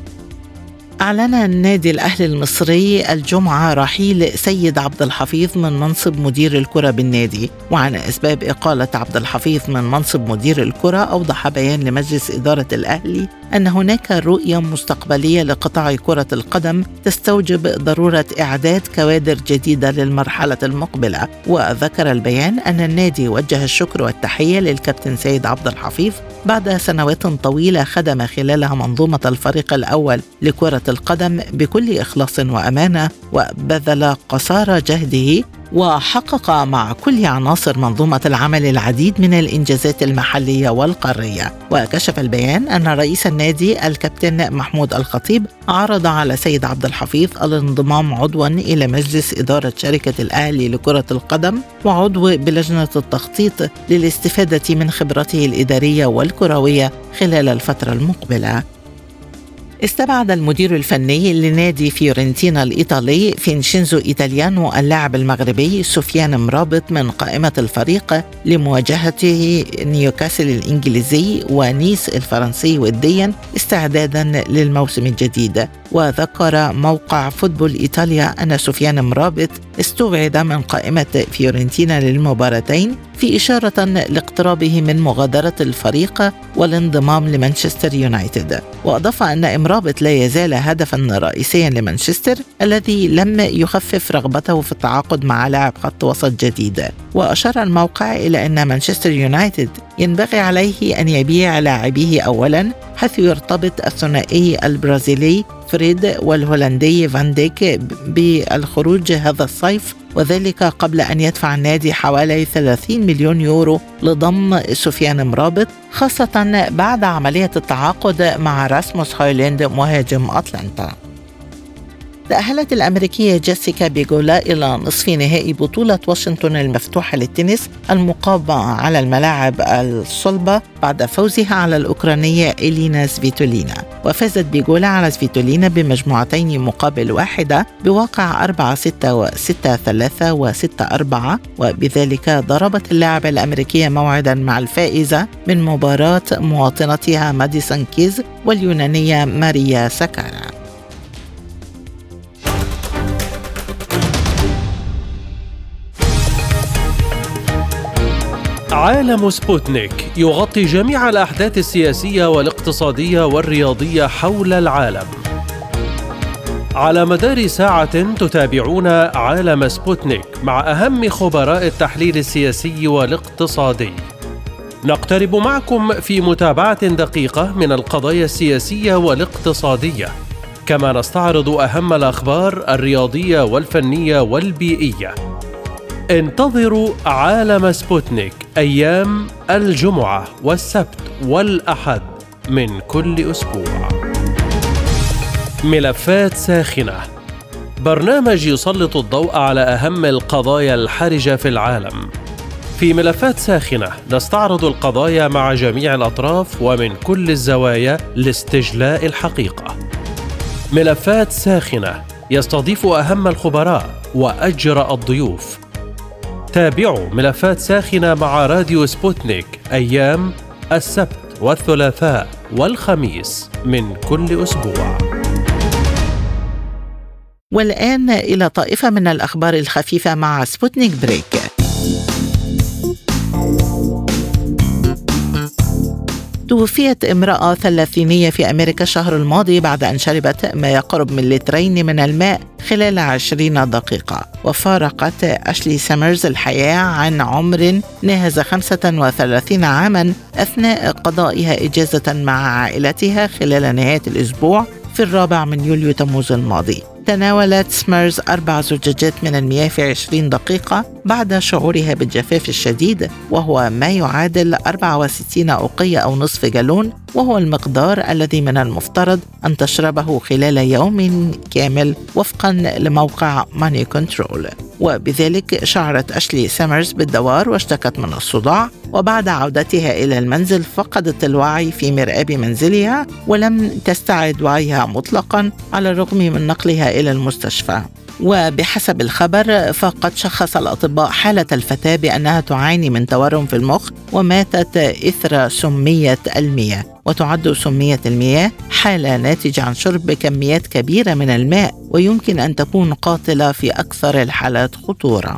أعلن النادي الأهلي المصري الجمعة رحيل سيد عبد الحفيظ من منصب مدير الكرة بالنادي. وعن أسباب إقالة عبد الحفيظ من منصب مدير الكرة، أوضح بيان لمجلس إدارة الأهلي أن هناك رؤية مستقبلية لقطاع كرة القدم تستوجب ضرورة إعداد كوادر جديدة للمرحلة المقبلة. وذكر البيان أن النادي وجه الشكر والتحية للكابتن سيد عبد الحفيظ بعد سنوات طويلة خدم خلالها منظومة الفريق الأول لكرة القدم بكل إخلاص وأمانة، وبذل قصارى جهده وحقق مع كل عناصر منظومة العمل العديد من الإنجازات المحلية والقارية. وكشف البيان أن رئيس النادي الكابتن محمود الخطيب عرض على سيد عبد الحفيظ الانضمام عضوا إلى مجلس إدارة شركة الأهلي لكرة القدم وعضو بلجنة التخطيط للاستفادة من خبرته الإدارية والكروية خلال الفترة المقبلة. استبعد المدير الفني لنادي فيورنتينا الإيطالي فينشينزو إيطاليانو اللاعب المغربي سفيان مرابط من قائمة الفريق لمواجهته نيوكاسل الإنجليزي ونيس الفرنسي وديا استعدادا للموسم الجديد. وذكر موقع فوتبول إيطاليا أن سفيان مرابط استبعد من قائمة فيورنتينا للمباراتين في إشارة لاقترابه من مغادرة الفريق والانضمام لمانشستر يونايتد. وأضاف أن إمرابط لا يزال هدفا رئيسيا لمانشستر الذي لم يخفف رغبته في التعاقد مع لاعب خط وسط جديد. وأشار الموقع إلى أن مانشستر يونايتد ينبغي عليه أن يبيع لاعبيه أولا، حيث يرتبط الثنائي البرازيلي فريد والهولندي فان ديك بالخروج هذا الصيف، وذلك قبل أن يدفع النادي حوالي ثلاثين مليون يورو لضم سفيان مرابط، خاصة بعد عملية التعاقد مع راسموس هويلاند مهاجم أتلانتا. تأهلت الأمريكية جيسيكا بيغولا إلى نصف نهائي بطولة واشنطن المفتوحة للتنس المقامة على الملاعب الصلبة بعد فوزها على الأوكرانية إلينا سفيتولينا. وفازت بيغولا على سفيتولينا بمجموعتين مقابل واحدة بواقع أربعة ستة وستة ثلاثة وستة أربعة، وبذلك ضربت اللاعبة الأمريكية موعدا مع الفائزة من مباراة مواطنتها ماديسون كيز واليونانية ماريا ساكارا. عالم سبوتنيك يغطي جميع الأحداث السياسية والاقتصادية والرياضية حول العالم. على مدار ساعة تتابعون عالم سبوتنيك مع أهم خبراء التحليل السياسي والاقتصادي. نقترب معكم في متابعة دقيقة من القضايا السياسية والاقتصادية، كما نستعرض أهم الأخبار الرياضية والفنية والبيئية. انتظروا عالم سبوتنيك أيام الجمعة والسبت والأحد من كل أسبوع. ملفات ساخنة، برنامج يسلط الضوء على أهم القضايا الحرجة في العالم. في ملفات ساخنة نستعرض القضايا مع جميع الأطراف ومن كل الزوايا لاستجلاء الحقيقة. ملفات ساخنة يستضيف أهم الخبراء وأجرأ الضيوف. تابعوا ملفات ساخنة مع راديو سبوتنيك أيام السبت والثلاثاء والخميس من كل أسبوع. والآن إلى طائفة من الأخبار الخفيفة مع سبوتنيك بريك. توفيت امرأة ثلاثينية في أمريكا الشهر الماضي بعد أن شربت ما يقرب من لترين من الماء خلال عشرين دقيقة. وفارقت أشلي سامرز الحياة عن عمر ناهز خمسة وثلاثين عاما أثناء قضائها إجازة مع عائلتها خلال نهاية الأسبوع في الرابع من يوليو تموز الماضي. تناولت سميرز أربع زجاجات من المياه في عشرين دقيقة بعد شعورها بالجفاف الشديد، وهو ما يعادل أربعة وستين أوقية أو نصف جالون، وهو المقدار الذي من المفترض أن تشربه خلال يوم كامل وفقا لموقع ماني كنترول. وبذلك شعرت أشلي سامرز بالدوار واشتكت من الصداع، وبعد عودتها إلى المنزل فقدت الوعي في مرآب منزلها ولم تستعد وعيها مطلقا على الرغم من نقلها إلى المستشفى. وبحسب الخبر فقد شخص الأطباء حالة الفتاة بأنها تعاني من تورم في المخ وماتت إثر سمية المياه، وتعد سمية المياه حالة ناتجة عن شرب كميات كبيرة من الماء ويمكن أن تكون قاتلة في أكثر الحالات خطورة.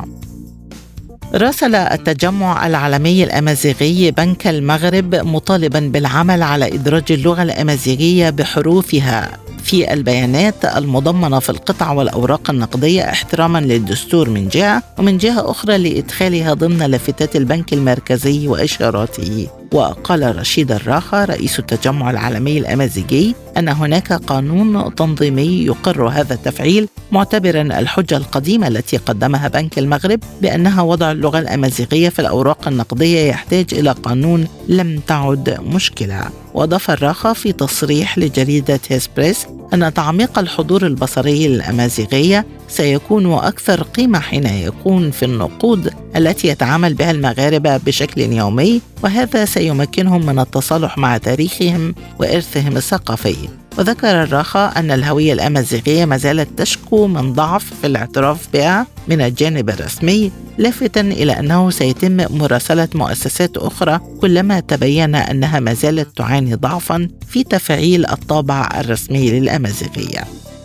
راسل التجمع العالمي الأمازيغي بنك المغرب مطالبا بالعمل على إدراج اللغة الأمازيغية بحروفها في البيانات المضمنة في القطع والأوراق النقدية احتراما للدستور من جهة، ومن جهة أخرى لإدخالها ضمن لافتات البنك المركزي وإشاراته. وقال رشيد الراخة رئيس التجمع العالمي الأمازيغي أن هناك قانون تنظيمي يقر هذا التفعيل، معتبرا الحجة القديمة التي قدمها بنك المغرب بأنها وضع اللغة الأمازيغية في الأوراق النقدية يحتاج إلى قانون لم تعد مشكلة. وأضاف الراخة في تصريح لجريدة هيسبريس أن تعميق الحضور البصري للأمازيغية سيكون أكثر قيمة حين يكون في النقود التي يتعامل بها المغاربة بشكل يومي، وهذا سيمكنهم من التصالح مع تاريخهم وإرثهم الثقافي. وذكر الراخة أن الهوية الأمازيغية ما زالت تشكو من ضعف في الاعتراف بها من الجانب الرسمي، لافتا إلى أنه سيتم مراسلة مؤسسات أخرى كلما تبين أنها ما زالت تعاني ضعفا في تفعيل الطابع الرسمي للأمازيغية.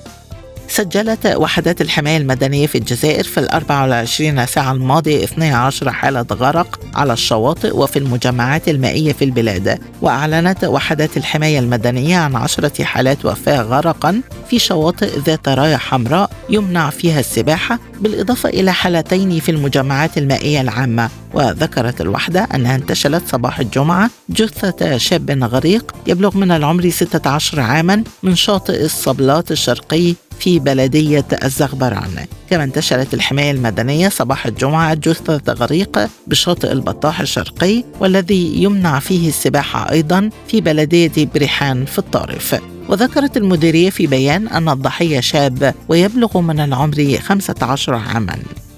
سجلت وحدات الحماية المدنية في الجزائر في الأربع والعشرين ساعة الماضية اثنتي عشرة حالة غرق على الشواطئ وفي المجمعات المائية في البلاد، وأعلنت وحدات الحماية المدنية عن عشرة حالات وفاة غرقا في شواطئ ذات راية حمراء يمنع فيها السباحة، بالإضافة إلى حالتين في المجمعات المائية العامة. وذكرت الوحدة أنها انتشلت صباح الجمعة جثة شاب غريق يبلغ من العمر ستة عشر عاما من شاطئ الصبلات الشرقي في بلدية الزغبران. كما انتشلت الحماية المدنية صباح الجمعة جثة غريق بشاطئ البطاح الشرقي والذي يمنع فيه السباحة أيضا في بلدية بريحان في الطارف. وذكرت المديرية في بيان أن الضحية شاب ويبلغ من العمر خمسة عشر عاما.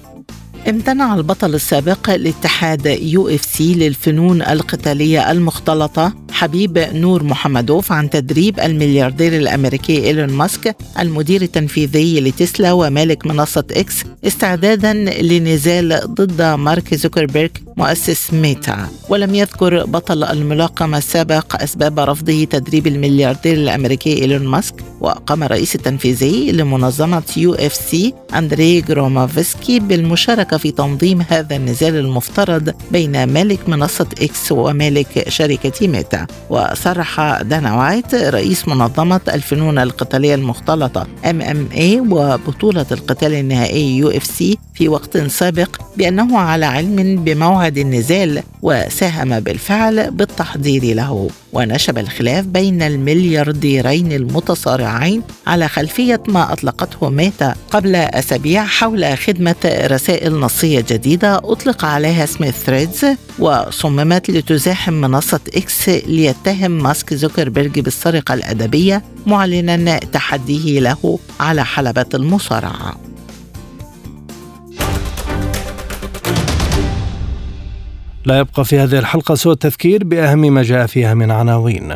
امتنع البطل السابق لاتحاد يو اف سي للفنون القتالية المختلطة حبيب نور محمدوف عن تدريب الملياردير الأمريكي إيلون ماسك المدير التنفيذي لتسلا ومالك منصة إكس استعدادا لنزال ضد مارك زوكربيرغ مؤسس ميتا. ولم يذكر بطل الملاكمة السابق أسباب رفضه تدريب الملياردير الأمريكي إيلون ماسك. وقام الرئيس التنفيذي لمنظمة يو اف سي أندري جرومافسكي بالمشاركة في تنظيم هذا النزال المفترض بين مالك منصة إكس ومالك شركة ميتا. وصرح دانا وايت رئيس منظمة الفنون القتالية المختلطة إم إم إيه وبطولة القتال النهائي يو اف سي في وقت سابق بأنه على علم بموعد النزال وساهم بالفعل بالتحضير له. ونشب الخلاف بين المليارديرين المتصارعين على خلفية ما أطلقته ميتا قبل أسابيع حول خدمة رسائل نصية جديدة أطلق عليها اسم ثريدز، وصممت لتزاحم منصة إكس ليتهم ماسك زوكربيرغ بالسرقة الأدبية، معلنا تحديه له على حلبة المصارعة. لا يبقى في هذه الحلقة سوى التذكير بأهم ما جاء فيها من عناوين.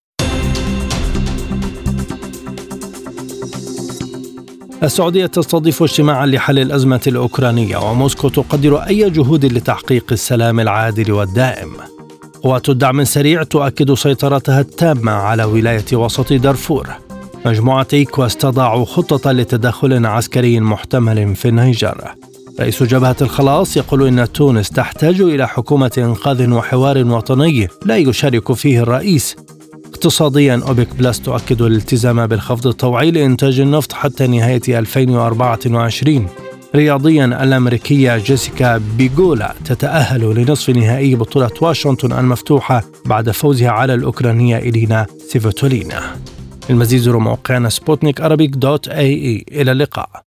السعودية تستضيف اجتماعا لحل الأزمة الأوكرانية، وموسكو تقدر أي جهود لتحقيق السلام العادل والدائم. قوات الدعم السريع تؤكد سيطرتها التامة على ولاية وسط دارفور. مجموعة إيكواس تضع خطة لتدخل عسكري محتمل في النيجر. رئيس جبهة الخلاص يقول إن تونس تحتاج إلى حكومة إنقاذ وحوار وطني لا يشارك فيه الرئيس. اقتصاديا أوبك بلس تؤكد الالتزام بالخفض الطوعي لإنتاج النفط حتى نهاية ألفين وأربعة وعشرين. رياضيا الأمريكية جيسيكا بيغولا تتأهل لنصف نهائي بطولة واشنطن المفتوحة بعد فوزها على الأوكرانية إلينا سيفوتولينا. المزيد زوروا موقعنا سبوتنيك أرابيك دوت إيه إي. إلى اللقاء.